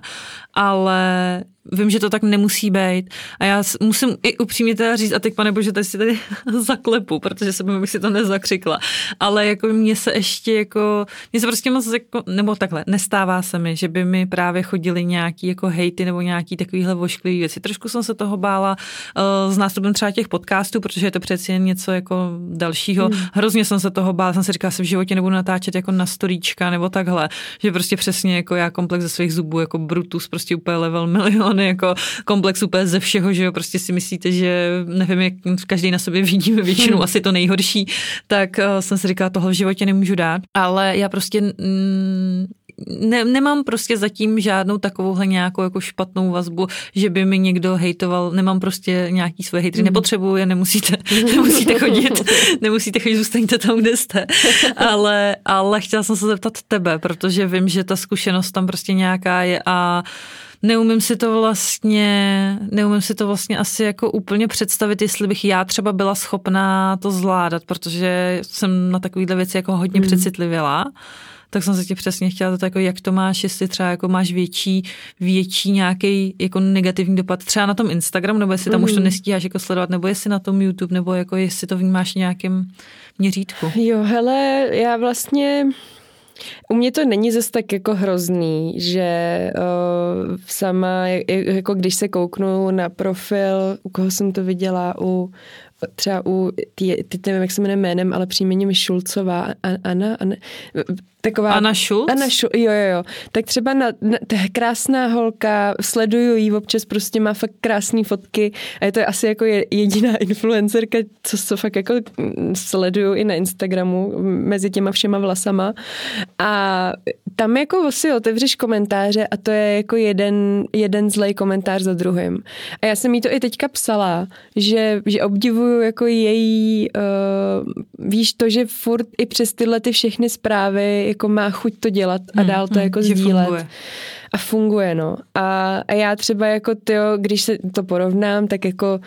Ale vím, že to tak nemusí být a já musím i upřímně teda říct, a teď pane bože, tady si tady zaklepu, protože se bych si to nezakřikla, ale jako mě se ještě jako, mě se prostě moc jako, nebo takhle, nestává se mi, že by mi právě chodily nějaký jako hejty nebo nějaký takovýhle vošklivý věci. Trošku jsem se toho bála uh, s nástupem třeba těch podcastů, protože je to přeci jen něco jako dalšího. Hmm. Hrozně jsem se toho bála, jsem si říkala, že v životě nebudu natáčet jako na storíčka nebo takhle, že prostě přesně jako já komplex ze svých zubů, jako Brutus, prostě úplně level milion, jako komplex úplně ze všeho, že jo, prostě si myslíte, že nevím, jak každý na sobě vidíme většinou asi to nejhorší, tak uh, jsem si říkala, tohle v životě nemůžu dát, ale já prostě mm, ne, nemám prostě zatím žádnou takovouhle nějakou jako špatnou vazbu, že by mi někdo hejtoval, nemám prostě nějaký svoje hejtry, mm. nepotřebuju je, nemusíte, nemusíte chodit, nemusíte chodit, zůstaňte tam, kde jste, ale, ale chtěla jsem se zeptat tebe, protože vím, že ta zkušenost tam prostě nějaká je a Neumím si to vlastně, neumím si to vlastně asi jako úplně představit, jestli bych já třeba byla schopná to zvládat, protože jsem na takovýhle věci jako hodně mm. přecitlivěla. Tak jsem se tě přesně chtěla zeptat, jako jak to máš, jestli třeba jako máš větší, větší nějaký jako negativní dopad třeba na tom Instagramu, nebo jestli tam mm. už to nestíháš jako sledovat, nebo jestli na tom YouTube, nebo jako jestli to vnímáš nějakým měřítku. Jo, hele, já vlastně... U mě to není zase tak jako hrozný, že uh, sama, jako když se kouknu na profil, u koho jsem to viděla, u třeba u, ty, ty nevím, jak se jmenuje jménem, ale příjmením Šulcová, Anna, Anna, taková... Anna Šulc? Anna Šulc, jo, jo, jo. Tak třeba na, na, to je krásná holka, sleduju jí, občas prostě má fakt krásný fotky a je to asi jako jediná influencerka, co, co fakt jako sleduju i na Instagramu mezi těma všema vlasama a tam jako si otevřeš komentáře a to je jako jeden, jeden zlej komentář za druhým. A já jsem jí to i teďka psala, že, že obdivuju jako její, uh, víš to, že furt i přes tyhle ty všechny zprávy jako má chuť to dělat a dál to hmm, jako sdílet. Funguje. A funguje, no. A, a já třeba jako tyjo, když se to porovnám, tak jako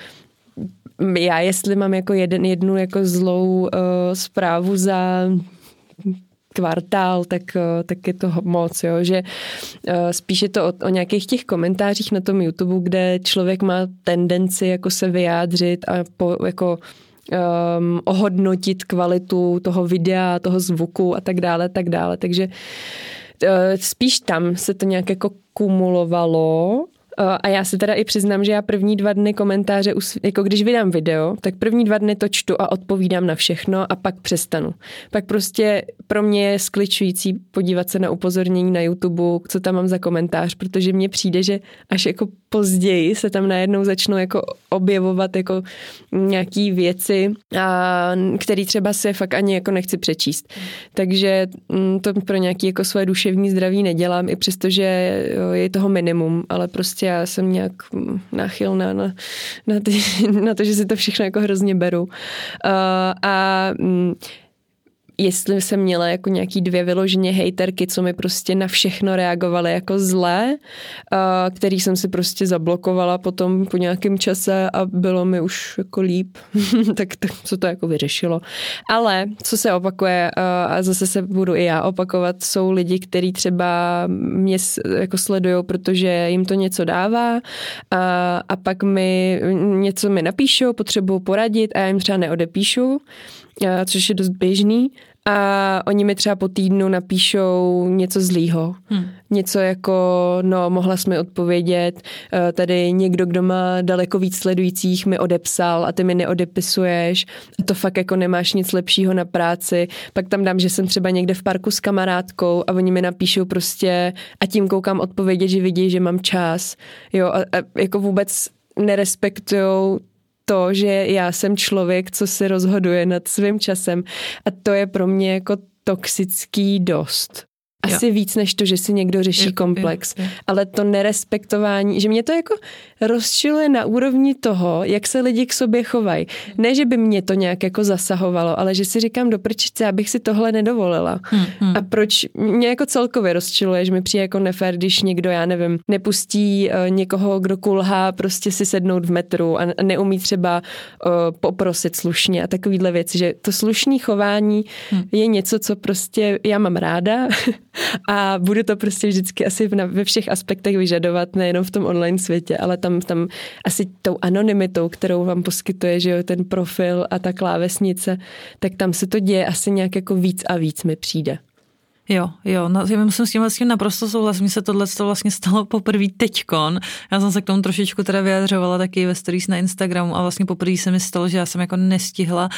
já jestli mám jako jeden, jednu jako zlou uh, zprávu za kvartál, tak, tak je to moc, jo, že uh, spíš je to o, o nějakých těch komentářích na tom YouTube, kde člověk má tendenci jako se vyjádřit a po, jako um, ohodnotit kvalitu toho videa, toho zvuku a tak dále, tak dále, takže uh, spíš tam se to nějak jako kumulovalo. A já se teda i přiznám, že já první dva dny komentáře, jako když vydám video, tak první dva dny to čtu a odpovídám na všechno a pak přestanu. Pak prostě pro mě je skličující podívat se na upozornění na YouTube, co tam mám za komentář, protože mně přijde, že až jako později se tam najednou začnou jako objevovat jako nějaký věci, a, který třeba si fakt ani jako nechci přečíst. Takže to pro nějaký jako svoje duševní zdraví nedělám, i přestože je toho minimum, ale prostě já jsem nějak náchylná na, na, ty, na to, že si to všechno jako hrozně beru. Uh, a jestli jsem měla jako nějaký dvě vyloženě hejterky, co mi prostě na všechno reagovaly jako zlé, který jsem si prostě zablokovala potom po nějakém čase a bylo mi už jako líp, tak, tak co to jako vyřešilo. Ale co se opakuje, a zase se budu i já opakovat, jsou lidi, kteří třeba mě jako sledujou, protože jim to něco dává a, a pak mi něco mi napíšou, potřebují poradit a já jim třeba neodepíšu, což je dost běžný. A oni mi třeba po týdnu napíšou něco zlýho. Hmm. Něco jako, no, mohla jsi mi odpovědět, tady někdo, kdo má daleko víc sledujících, mi odepsal a ty mi neodepisuješ. To fakt jako nemáš nic lepšího na práci. Pak tam dám, že jsem třeba někde v parku s kamarádkou a oni mi napíšou prostě a tím koukám odpovědět, že vidí, že mám čas. Jo, a, a jako vůbec nerespektujou to, že já jsem člověk, co si rozhoduje nad svým časem a to je pro mě jako toxický dost. Asi jo. Víc než to, že si někdo řeší jo, komplex. Jo, jo. Ale to nerespektování, že mě to jako rozčiluje na úrovni toho, jak se lidi k sobě chovají. Ne, že by mě to nějak jako zasahovalo, ale že si říkám do prčice, abych si tohle nedovolila. Hmm, hmm. A proč mě jako celkově rozčiluje, že mi přijde jako nefér, když někdo, já nevím, nepustí uh, někoho, kdo kulhá, prostě si sednout v metru a neumí třeba uh, poprosit slušně a takovýhle věci, že to slušné chování hmm. je něco, co prostě já mám ráda a budu to prostě vždycky asi na, ve všech aspektech vyžadovat, nejenom v tom online světě, ale tam, tam asi tou anonymitou, kterou vám poskytuje, že jo, ten profil a ta klávesnice, tak tam se to děje asi nějak jako víc a víc mi přijde. Jo, jo, no, já musím s tím vlastně naprosto souhlasit, mi se tohle vlastně stalo poprvé teďkon. Já jsem se k tomu trošičku teda vyjadřovala taky ve stories na Instagramu a vlastně poprvé se mi stalo, že já jsem jako nestihla,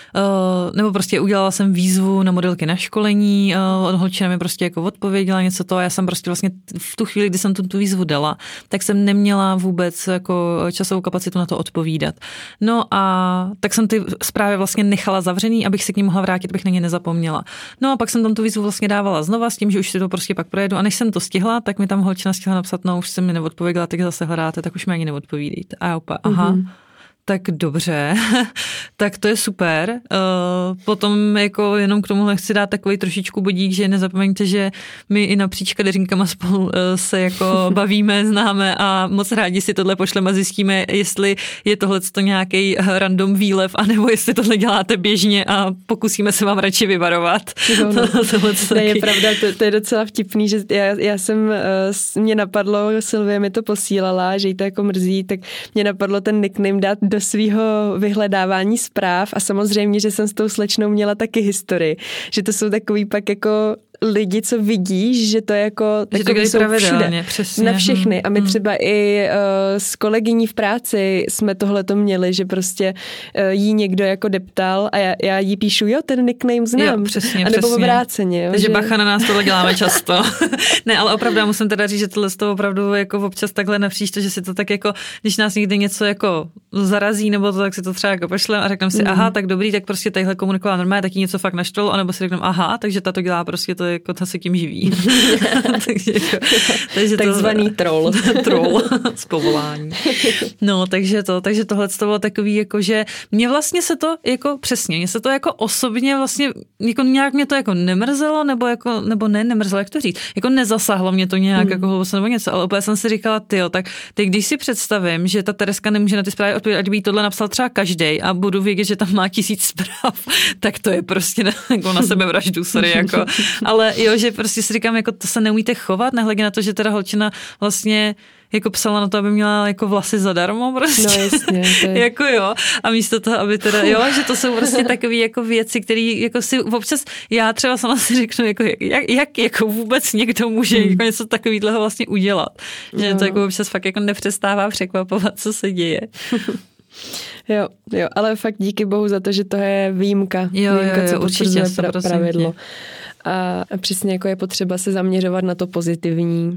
uh, nebo prostě udělala jsem výzvu na modelky na školení, uh, holčina mi prostě jako odpověděla něco to a já jsem prostě vlastně v tu chvíli, kdy jsem tu, tu výzvu dala, tak jsem neměla vůbec jako časovou kapacitu na to odpovídat. No a tak jsem ty zprávy vlastně nechala zavřený, abych se k ní mohla vrátit, abych na ně nezapomněla. No a pak jsem tam tu výzvu vlastně dávala znova s tím, že už si to prostě pak projedu a než jsem to stihla, tak mi tam holčina stihla napsat, no už jsem mi neodpověděla, tak zase hledáte, tak už mi ani neodpovídejte. A já opa, aha. Mm-hmm. Tak dobře, tak to je super. Uh, potom jako jenom k tomu chci dát takový trošičku bodík, že nezapomeňte, že my i napříč kadeřinkama spolu uh, se jako bavíme, známe a moc rádi si tohle pošleme a zjistíme, jestli je tohleto nějaký random výlev, anebo jestli tohle děláte běžně a pokusíme se vám radši vyvarovat. No, no. to je pravda, to, to je docela vtipný, že já, já jsem, uh, mě napadlo, Sylvie mi to posílala, že jí to jako mrzí, tak mě napadlo ten nickname dát do svého vyhledávání zpráv a samozřejmě, že jsem s tou slečnou měla taky historii, že to jsou takový pak jako lidi, co vidíš, že to je jako že to jsou všude, přesně. Na všechny. A my hmm. třeba i uh, s kolegyní v práci jsme tohleto měli, že prostě uh, jí někdo jako deptal a já, já jí píšu, jo, ten nickname znám. Jo, přesně, a nebo přesně. obráceně. Jo, Takže že... bacha, na nás tohle děláme často. Ne, ale opravdu já musím teda říct, že tohle z toho opravdu jako občas takhle napříč to, že si to tak jako, když nás někdy něco jako zarazí nebo to, tak si to třeba jako pošlem a řekneme si, mm. aha, tak dobrý, tak prostě tadyhle komunikovala normálně, tak jí něco fakt naštvalo, anebo si řekneme, aha, takže ta to dělá prostě to jako ta se tím živí. takže, jako, takže takzvaný to, troll. troll z povolání. No, takže to, takže tohle to bylo takový, jako, že mě vlastně se to jako přesně, mě se to jako osobně vlastně, jako nějak mě to jako nemrzelo, nebo jako, nebo ne, nemrzelo, jak to říct, jako nezasahlo mě to nějak, hmm. jako hloubo nebo něco, ale úplně jsem si říkala, tyjo, tak ty když si představím, že ta Tereska nemůže na ty zprávy odpovědět, ať by jí tohle napsal třeba každej a budu vědět, že tam má tisíc zpráv, tak to je prostě na, jako na sebevraždu, sorry, jako, ale jo, že prostě si říkám, jako to se neumíte chovat, nehledě na to, že teda holčina vlastně jako psala na to, aby měla jako vlasy zadarmo prostě. No jasně. Je... jako jo. A místo toho, aby teda, jo, že to jsou prostě takové jako věci, které jako si občas, já třeba sama si řeknu, jako jak, jak jako vůbec někdo může hmm. jako něco takového vlastně udělat. Že no. To jako občas fakt jako nepřestává překvapovat, co se děje. Jo, jo, ale fakt díky bohu za to, že to je výjimka. Jo, výjimka, jo, jo, co určitě, pra, pravidlo. A, a přesně jako je potřeba se zaměřovat na to pozitivní.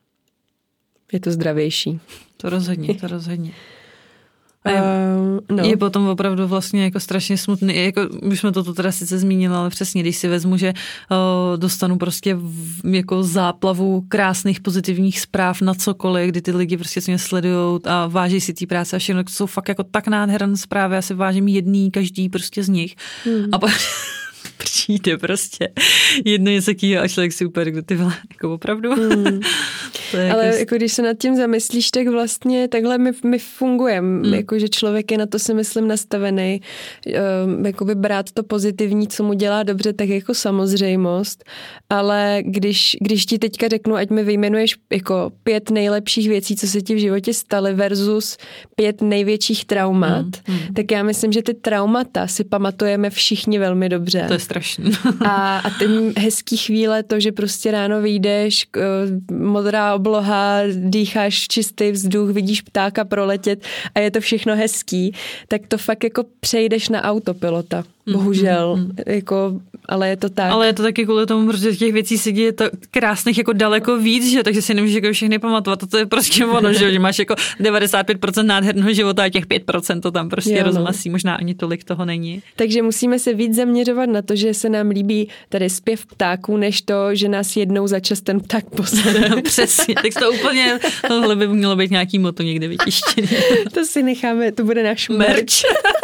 Je to zdravější. To rozhodně, to rozhodně. A je, uh, no. je potom opravdu vlastně jako strašně smutný, jako už jsme to tu teda sice zmínili, ale přesně, když si vezmu, že uh, dostanu prostě v, jako záplavu krásných pozitivních zpráv na cokoliv, kdy ty lidi prostě se mě sledujou a váží si té práce a všechno, jsou fakt jako tak nádherné zprávy, já si vážím jedný, každý prostě z nich. Hmm. A pak přijde prostě jedno něco kýho a člověk si úplně, kdo ty vole, jako opravdu. Hmm. To je ale jako... jako když se nad tím zamyslíš, tak vlastně takhle my, my fungujeme, hmm. jako že člověk je na to si myslím nastavený, um, jakoby brát to pozitivní, co mu dělá dobře, tak jako samozřejmost, ale když, když ti teďka řeknu, ať mi vyjmenuješ jako pět nejlepších věcí, co se ti v životě staly versus pět největších traumat, hmm. Hmm. tak já myslím, že ty traumata si pamatujeme všichni velmi dobře. To je strašný. a, a ty hezký chvíle, to, že prostě ráno vyjdeš, modrá obloha, dýcháš čistý vzduch, vidíš ptáka proletět a je to všechno hezký, tak to fakt jako přejdeš na autopilota. Bohužel, mm, mm. jako, ale je to tak. Ale je to taky kvůli tomu, protože těch věcí se děje to krásných jako daleko víc, že? Takže si nemůžeš jako všechny pamatovat. A to je prostě ono, že máš jako devadesát pět procent nádherného života a těch pět procent to tam prostě jo, rozmasí. Možná ani tolik toho není. Takže musíme se víc zaměřovat na to, že se nám líbí tady zpěv ptáků, než to, že nás jednou za čas ten pták posede. Přesně, tak to úplně, tohle by mělo být nějaký moto někde vytištěný. To si necháme, to bude náš merch.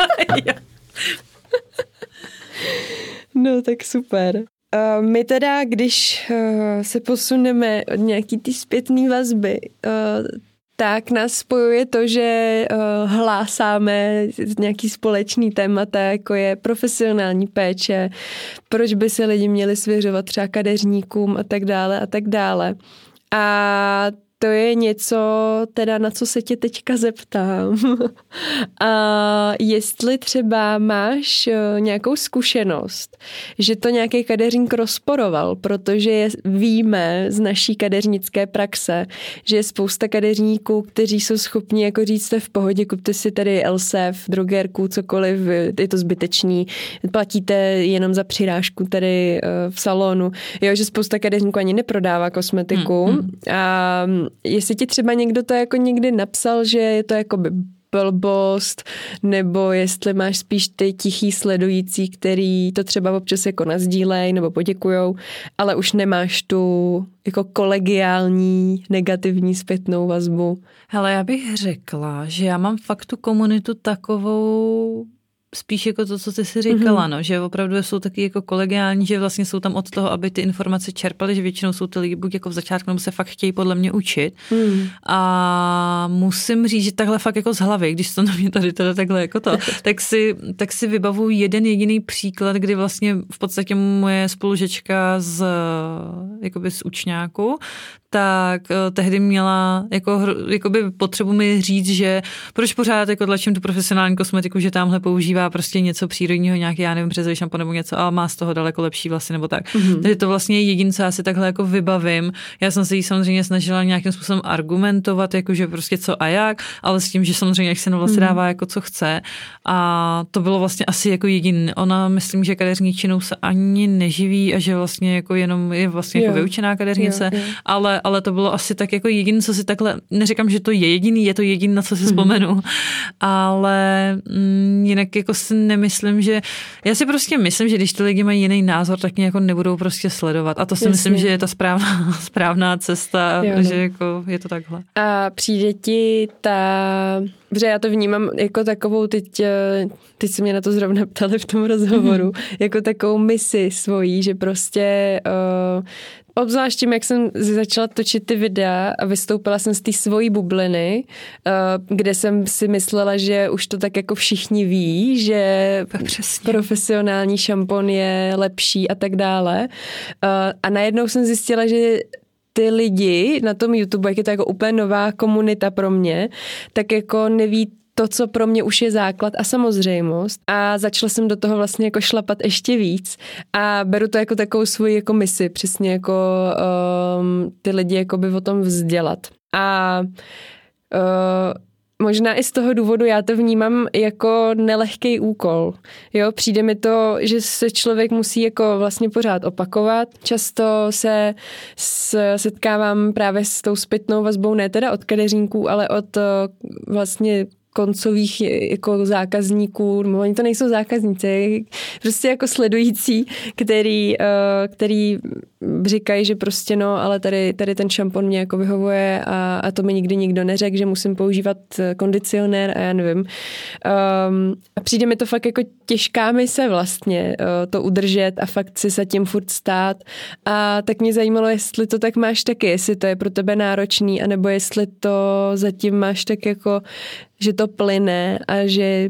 No tak super. Uh, my teda, když uh, se posuneme od nějaký ty zpětný vazby, uh, tak nás spojuje to, že uh, hlásáme nějaký společný témata, jako je profesionální péče, proč by se lidi měli svěřovat třeba kadeřníkům a tak dále a tak dále. A to je něco, teda na co se tě teďka zeptám. A jestli třeba máš nějakou zkušenost, že to nějaký kadeřník rozporoval, protože je, víme z naší kadeřnické praxe, že je spousta kadeřníků, kteří jsou schopni jako říct, jste v pohodě, kupte si tady L S F, drogérku, cokoliv, je to zbytečný, platíte jenom za přirážku tady v salonu. Jo, že spousta kadeřníků ani neprodává kosmetiku. Hmm, hmm. A jestli ti třeba někdo to jako někdy napsal, že je to jako by blbost, nebo jestli máš spíš ty tichý sledující, který to třeba občas jako nazdílej nebo poděkujou, ale už nemáš tu jako kolegiální negativní zpětnou vazbu. Hele, já bych řekla, že já mám fakt tu komunitu takovou spíš jako to, co ty si říkala, mm-hmm. no, že opravdu jsou taky jako kolegiální, že vlastně jsou tam od toho, aby ty informace čerpali, že většinou jsou ty lidi buď jako v začátku, nebo se fakt chtějí podle mě učit. Mm. A musím říct, že takhle fakt jako z hlavy, když to na mě tady teda takhle jako to, tak si, tak si vybavuju jeden jediný příklad, kdy vlastně v podstatě moje spolužečka z, jakoby z učňáku, tak uh, tehdy měla jako, jakoby potřebu mi říct, že proč pořád jako tlačím tu profesionální kosmetiku, že tamhle používá prostě něco přírodního, nějaký, já nevím, březový šampon nebo něco, a má z toho daleko lepší vlasy nebo tak. Mm-hmm. Takže to vlastně je jediné, co já si takhle jako vybavím. Já jsem se jí samozřejmě snažila nějakým způsobem argumentovat, jakože prostě co a jak, ale s tím, že samozřejmě jak se na vlasy dává jako co chce. A to bylo vlastně asi jako jediný. Ona, myslím, že kadeřničinou se ani neživí a že vlastně jako jenom je vlastně jako vyučená kadeřnice, jo, jo. ale ale to bylo asi tak jako jediné, co si takhle, neříkám, že to je jediný, je to jediné, na co si vzpomenu, ale mm, jinak jako si nemyslím, že, já si prostě myslím, že když ty lidi mají jiný názor, tak mě jako nebudou prostě sledovat a to si Jasně. myslím, že je ta správná, správná cesta, jo, že jako je to takhle. A přijde ti ta, protože já to vnímám jako takovou, teď, teď se mě na to zrovna ptali v tom rozhovoru, mm-hmm. jako takovou misi svojí, že prostě uh, obzvlášť tím, jak jsem začala točit ty videa a vystoupila jsem z té svojí bubliny, kde jsem si myslela, že už to tak jako všichni ví, že Přesně. profesionální šampon je lepší a tak dále. A najednou jsem zjistila, že ty lidi na tom YouTube, jak je to jako úplně nová komunita pro mě, tak jako neví to, co pro mě už je základ a samozřejmost. A začala jsem do toho vlastně jako šlapat ještě víc a beru to jako takovou svoji jako misi, přesně jako um, ty lidi jako by o tom vzdělat. A uh, možná i z toho důvodu já to vnímám jako nelehký úkol. Jo, přijde mi to, že se člověk musí jako vlastně pořád opakovat. Často se setkávám právě s tou zpětnou vazbou, ne teda od kadeřníků, ale od vlastně koncových jako zákazníků, no oni to nejsou zákazníci, prostě jako sledující, který, který říkají, že prostě no, ale tady, tady ten šampon mě jako vyhovuje a, a to mi nikdy nikdo neřekl, že musím používat kondicionér a já nevím. Um, a přijde mi to fakt jako těžká mise vlastně uh, to udržet a fakt si se tím furt stát. A tak mě zajímalo, jestli to tak máš taky, jestli to je pro tebe náročný, anebo jestli to zatím máš tak jako, že to plyne a že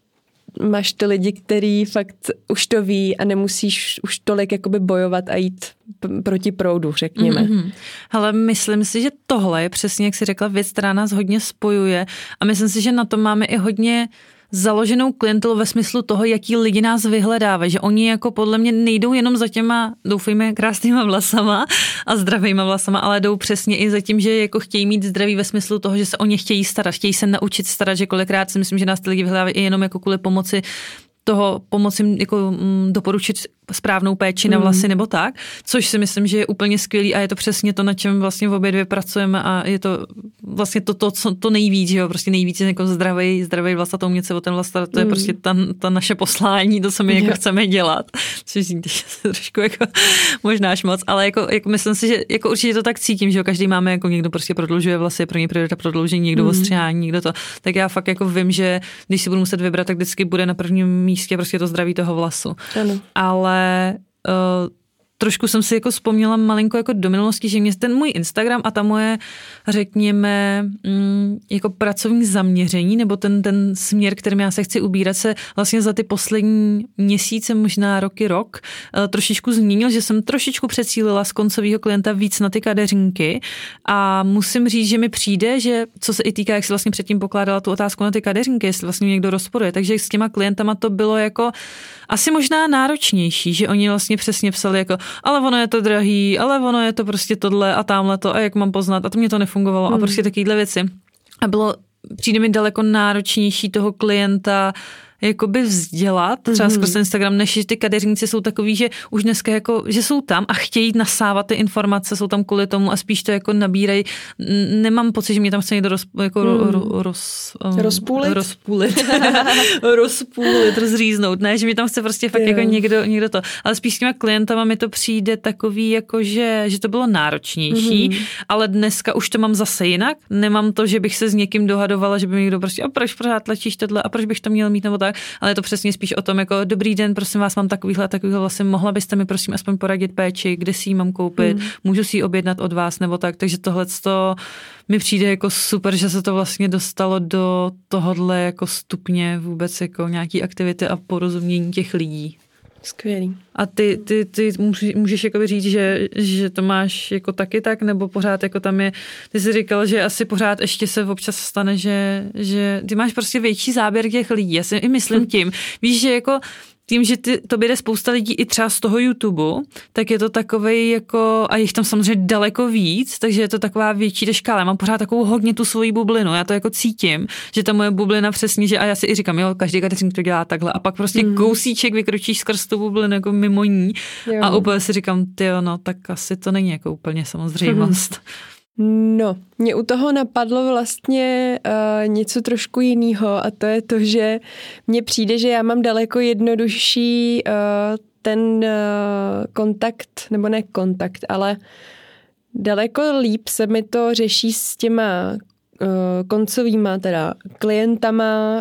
máš ty lidi, který fakt už to ví a nemusíš už tolik jakoby bojovat a jít p- proti proudu, řekněme. Mm-hmm. Hele, myslím si, že tohle je přesně, jak jsi řekla, věc, která nás hodně spojuje a myslím si, že na to máme i hodně založenou klientelu ve smyslu toho, jaký lidi nás vyhledávají, že oni jako podle mě nejdou jenom za těma, doufejme, krásnýma vlasama a zdravýma vlasama, ale jdou přesně i za tím, že jako chtějí mít zdraví ve smyslu toho, že se o ně chtějí starat, chtějí se naučit starat, že kolikrát si myslím, že nás ty lidi vyhledávají i jenom jako kvůli pomoci toho pomoci jim jako mm, doporučit správnou péči na vlasy mm. nebo tak, což si myslím, že je úplně skvělý a je to přesně to, na čem vlastně v obě dvě pracujeme a je to vlastně to, to, co, to nejvíc, že jo, prostě nejvíc je jako zdravý, zdravý vlas a to umět se o ten vlas starat, to je mm. prostě ta, ta naše poslání, to, co my jako chceme dělat, což zníte, že se trošku jako možná až moc, ale jako, jako myslím si, že jako určitě to tak cítím, že jo, každý máme jako někdo prostě prodlužuje vlasy, pro něj priorita prodloužení, někdo mm. ostřihání, někdo to, tak já fakt jako vím, že když si budu muset vybrat, tak vždycky bude na prvním místě prostě to zdraví toho vlasu. Ano. Ale uh, trošku jsem si jako vzpomněla malinko jako do minulosti, že mě ten můj Instagram a ta moje, řekněme, mm, jako pracovní zaměření nebo ten, ten směr, kterým já se chci ubírat, se vlastně za ty poslední měsíce, možná roky, rok, uh, trošičku změnil, že jsem trošičku přecílila z koncového klienta víc na ty kadeřinky a musím říct, že mi přijde, že co se i týká, jak si vlastně předtím pokládala tu otázku na ty kadeřinky, jestli vlastně někdo rozporuje, takže s těma klientama to bylo jako asi možná náročnější, že oni vlastně přesně psali jako, ale ono je to drahý, ale ono je to prostě tohle a tamhle to a jak mám poznat a to mě to nefungovalo hmm. a prostě takovýhle věci. A bylo, přijde mi daleko náročnější toho klienta jakoby vzdělat, třeba mm-hmm. skrz Instagram, než ty kadeřníci jsou takový, že už dneska jako, že jsou tam a chtějí nasávat ty informace, jsou tam kvůli tomu a spíš to jako nabírají. Nemám pocit, že mě tam chce někdo roz, jako mm. ro, roz, um, rozpůlit, rozpůlit, rozpůlit, rozříznout, ne, že mě tam chce prostě fakt yeah. jako někdo, někdo to, ale spíš s těma klientama mi to přijde takový, jako že, že to bylo náročnější, mm-hmm. ale dneska už to mám zase jinak, nemám to, že bych se s někým dohadovala, že by mi někdo prostě, a proč pořád tlačíš tohle a proč bych to měl mít nebo tak, ale je to přesně spíš o tom, jako dobrý den, prosím vás, mám takovýhle, takovýhle vlastně, mohla byste mi prosím aspoň poradit péči, kde si ji mám koupit, hmm. můžu si ji objednat od vás nebo tak, takže tohleto mi přijde jako super, že se to vlastně dostalo do tohodle jako stupně vůbec jako nějaký aktivity a porozumění těch lidí. Skvělý. A ty, ty, ty můžeš jakoby říct, že, že to máš jako taky tak, nebo pořád jako tam je, ty jsi říkal, že asi pořád ještě se občas stane, že, že ty máš prostě větší záběr těch lidí. Já si i myslím tím, víš, že jako tím, že ty, to jde spousta lidí i třeba z toho YouTube, tak je to takovej jako, a jich tam samozřejmě daleko víc, takže je to taková větší škála. Já mám pořád takovou hodně tu svoji bublinu, já to jako cítím, že ta moje bublina přesně, že a já si i říkám, jo, každý kadeřník to dělá takhle a pak prostě mm. kousíček vykročíš skrz tu bublinu jako mimo ní jo. a úplně si říkám, tyjo, no tak asi to není jako úplně samozřejmost. Mm. No, mě u toho napadlo vlastně uh, něco trošku jiného a to je to, že mně přijde, že já mám daleko jednodušší uh, ten uh, kontakt, nebo ne kontakt, ale daleko líp se mi to řeší s těma koncovýma teda klientama,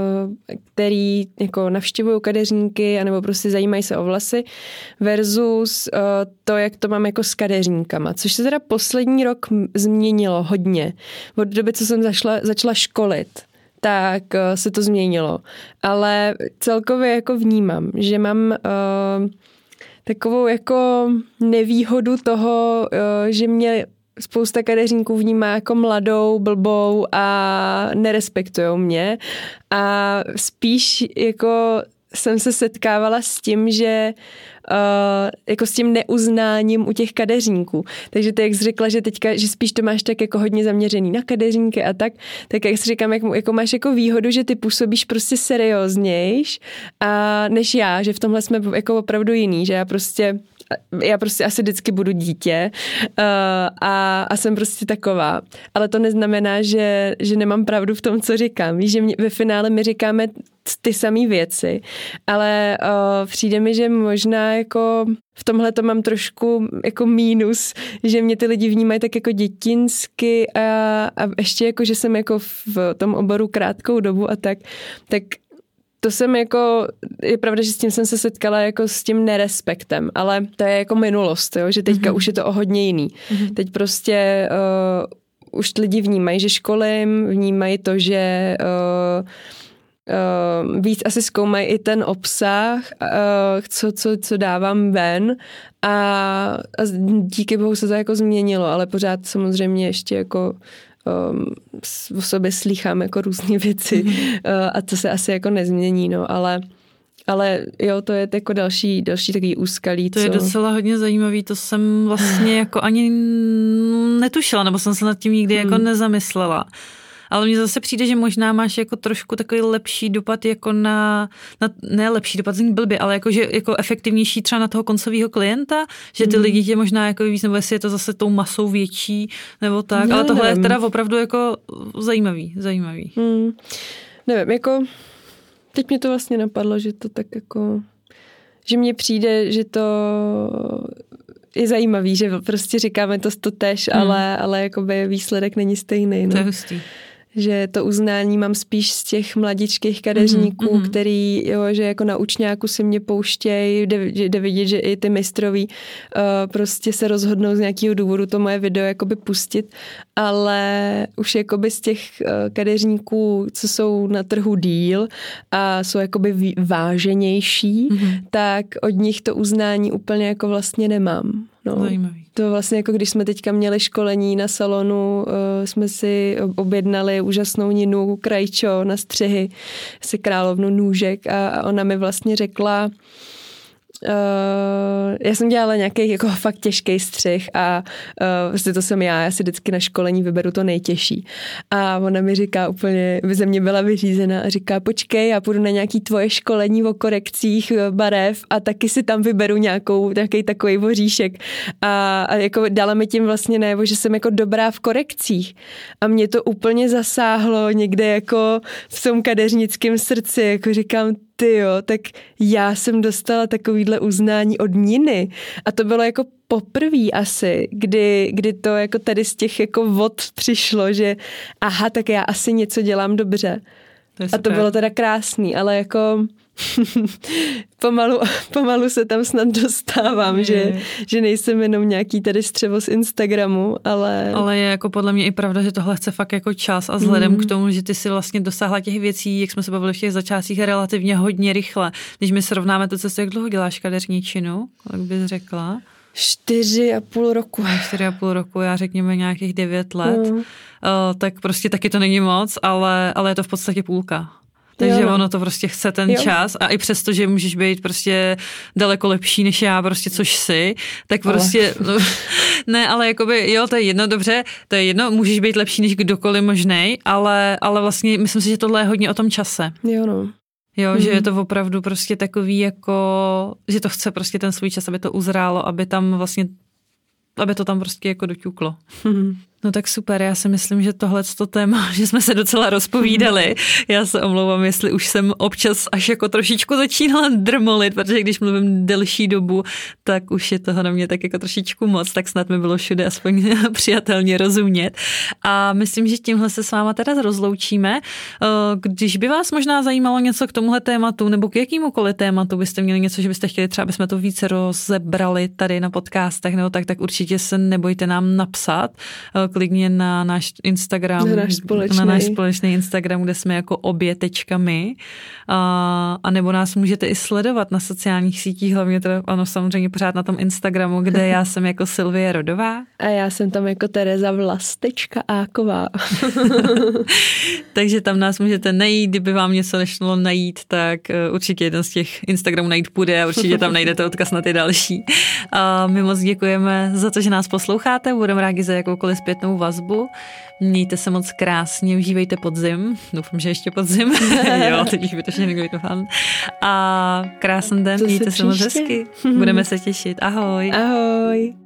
který jako navštěvují kadeřníky anebo prostě zajímají se o vlasy versus to, jak to mám jako s kadeřníkama, což se teda poslední rok změnilo hodně. Od doby, co jsem zašla, začala školit, tak se to změnilo. Ale celkově jako vnímám, že mám uh, takovou jako nevýhodu toho, uh, že mě spousta kadeřníků vnímá jako mladou, blbou a nerespektujou mě. A spíš jako jsem se setkávala s tím, že uh, jako s tím neuznáním u těch kadeřníků. Takže ty, jak jsi řekla, že teďka, že spíš to máš tak jako hodně zaměřený na kadeřníky a tak, tak jak si říkám, jak, jako máš jako výhodu, že ty působíš prostě serióznějš a než já, že v tomhle jsme jako opravdu jiný, že já prostě já prostě asi vždycky budu dítě uh, a, a jsem prostě taková. Ale to neznamená, že, že nemám pravdu v tom, co říkám. Víš, že mě, ve finále my říkáme ty samé věci, ale uh, přijde mi, že možná jako v tomhle to mám trošku jako mínus, že mě ty lidi vnímají tak jako dětinsky a, a ještě jako, že jsem jako v tom oboru krátkou dobu a tak, tak to jsem jako, je pravda, že s tím jsem se setkala jako s tím nerespektem, ale to je jako minulost, jo? Že teďka mm-hmm. už je to o hodně jiný. Mm-hmm. Teď prostě uh, už lidi vnímají, že školím, vnímají to, že uh, Uh, víc asi zkoumají i ten obsah, uh, co, co, co dávám ven a, a díky bohu se to jako změnilo, ale pořád samozřejmě ještě jako um, o sobě slýchám jako různé věci mm. uh, a to se asi jako nezmění, no, ale ale jo, to je jako další, další takový úskalí. To co... je docela hodně zajímavý, to jsem vlastně jako ani netušila, nebo jsem se nad tím nikdy mm. jako nezamyslela. Ale mně zase přijde, že možná máš jako trošku takový lepší dopad jako na, na ne lepší dopad, zní blbě, ale jako, že jako efektivnější třeba na toho koncového klienta, že ty mm. lidi tě možná jako víc, nebo jestli je to zase tou masou větší, nebo tak, ne, ale tohle nevím. Je teda opravdu jako zajímavý, zajímavý. Mm. Nevím, jako teď mě to vlastně napadlo, že to tak jako, že mně přijde, že to je zajímavý, že prostě říkáme to totéž, mm. ale, ale jakoby výsledek není stejný. No. To je hustý. Že to uznání mám spíš z těch mladičkých kadeřníků, mm-hmm. který, jo, že jako na učňáku si mě pouštějí, jde, jde vidět, že i ty mistroví uh, prostě se rozhodnou z nějakého důvodu to moje video jakoby pustit, ale už jakoby z těch uh, kadeřníků, co jsou na trhu díl a jsou jakoby váženější, mm-hmm. tak od nich to uznání úplně jako vlastně nemám. No. Zajímavý. To vlastně jako když jsme teďka měli školení na salonu, uh, jsme si objednali úžasnou Ninu Krajčo na střihy, si královnu nůžek a, a ona mi vlastně řekla, Uh, já jsem dělala nějaký jako fakt těžký střih a uh, vlastně to jsem já, já si vždycky na školení vyberu to nejtěžší. A ona mi říká úplně, by ze mě byla vyřízená a říká, počkej, já půjdu na nějaký tvoje školení o korekcích barev a taky si tam vyberu nějakou, nějaký takový voříšek. A, a jako dala mi tím vlastně najevo, že jsem jako dobrá v korekcích. A mě to úplně zasáhlo někde jako v tom kadeřnickém srdci, jako říkám, tyjo, tak já jsem dostala takovýhle uznání od Niny a to bylo jako poprvý asi, kdy, kdy to jako tady z těch jako vod přišlo, že aha, tak já asi něco dělám dobře. To a to bylo teda krásný, ale jako pomalu, pomalu se tam snad dostávám, je. že, že nejsem jenom nějaký tady střevo z Instagramu, ale... Ale je jako podle mě i pravda, že tohle chce fakt jako čas a vzhledem mm. k tomu, že ty si vlastně dosáhla těch věcí, jak jsme se bavili v těch začátcích, relativně hodně rychle. Když my srovnáme to cestu, jak dlouho děláš kadeřničinu, jak bys řekla? Čtyři a půl roku. Čtyři a půl roku, já řekněme nějakých devět let. Mm. Uh, tak prostě taky to není moc, ale, ale je to v podstatě půlka. Takže jo, no. ono to prostě chce ten jo. čas a i přesto, že můžeš být prostě daleko lepší než já, prostě což jsi, tak prostě, ale. No, ne, ale jakoby, jo, to je jedno, dobře, to je jedno, můžeš být lepší než kdokoliv možnej, ale, ale vlastně myslím si, že tohle je hodně o tom čase. Jo, no. Jo, mm-hmm. že je to opravdu prostě takový jako, že to chce prostě ten svůj čas, aby to uzrálo, aby tam vlastně, aby to tam prostě jako doťuklo. Mm-hmm. No tak super, já si myslím, že tohleto téma, že jsme se docela rozpovídali. Já se omlouvám, jestli už jsem občas až jako trošičku začínala drmolit, protože když mluvím delší dobu, tak už je toho na mě tak jako trošičku moc, tak snad mi bylo všude aspoň přijatelně rozumět. A myslím, že tímhle se s váma teda rozloučíme. Když by vás možná zajímalo něco k tomuhle tématu, nebo k jakýmukoliv tématu byste měli něco, že byste chtěli třeba, aby jsme to více rozebrali tady na podcastech, nebo tak, tak určitě se nebojte nám napsat. Klidně na náš Instagram, na náš společný, na náš společný Instagram, kde jsme jako obě tečka my. A, a nebo nás můžete i sledovat na sociálních sítích, hlavně teda, ano, samozřejmě pořád na tom Instagramu, kde já jsem jako Sylvie Rodová. A já jsem tam jako Tereza Vlastečka Áková. Takže tam nás můžete najít, kdyby vám něco nešlo najít, tak určitě jeden z těch Instagramů najít půjde a určitě tam najdete odkaz na ty další. A my moc děkujeme za to, že nás posloucháte, budeme rádi za jakoukoliv zpětnou zpětnou vazbu. Mějte se moc krásně, užívejte podzim. Doufám, že ještě podzim. Jo, teď už by to všechno doufám. A krásný den, mějte se moc hezky. Budeme se těšit. Ahoj. Ahoj.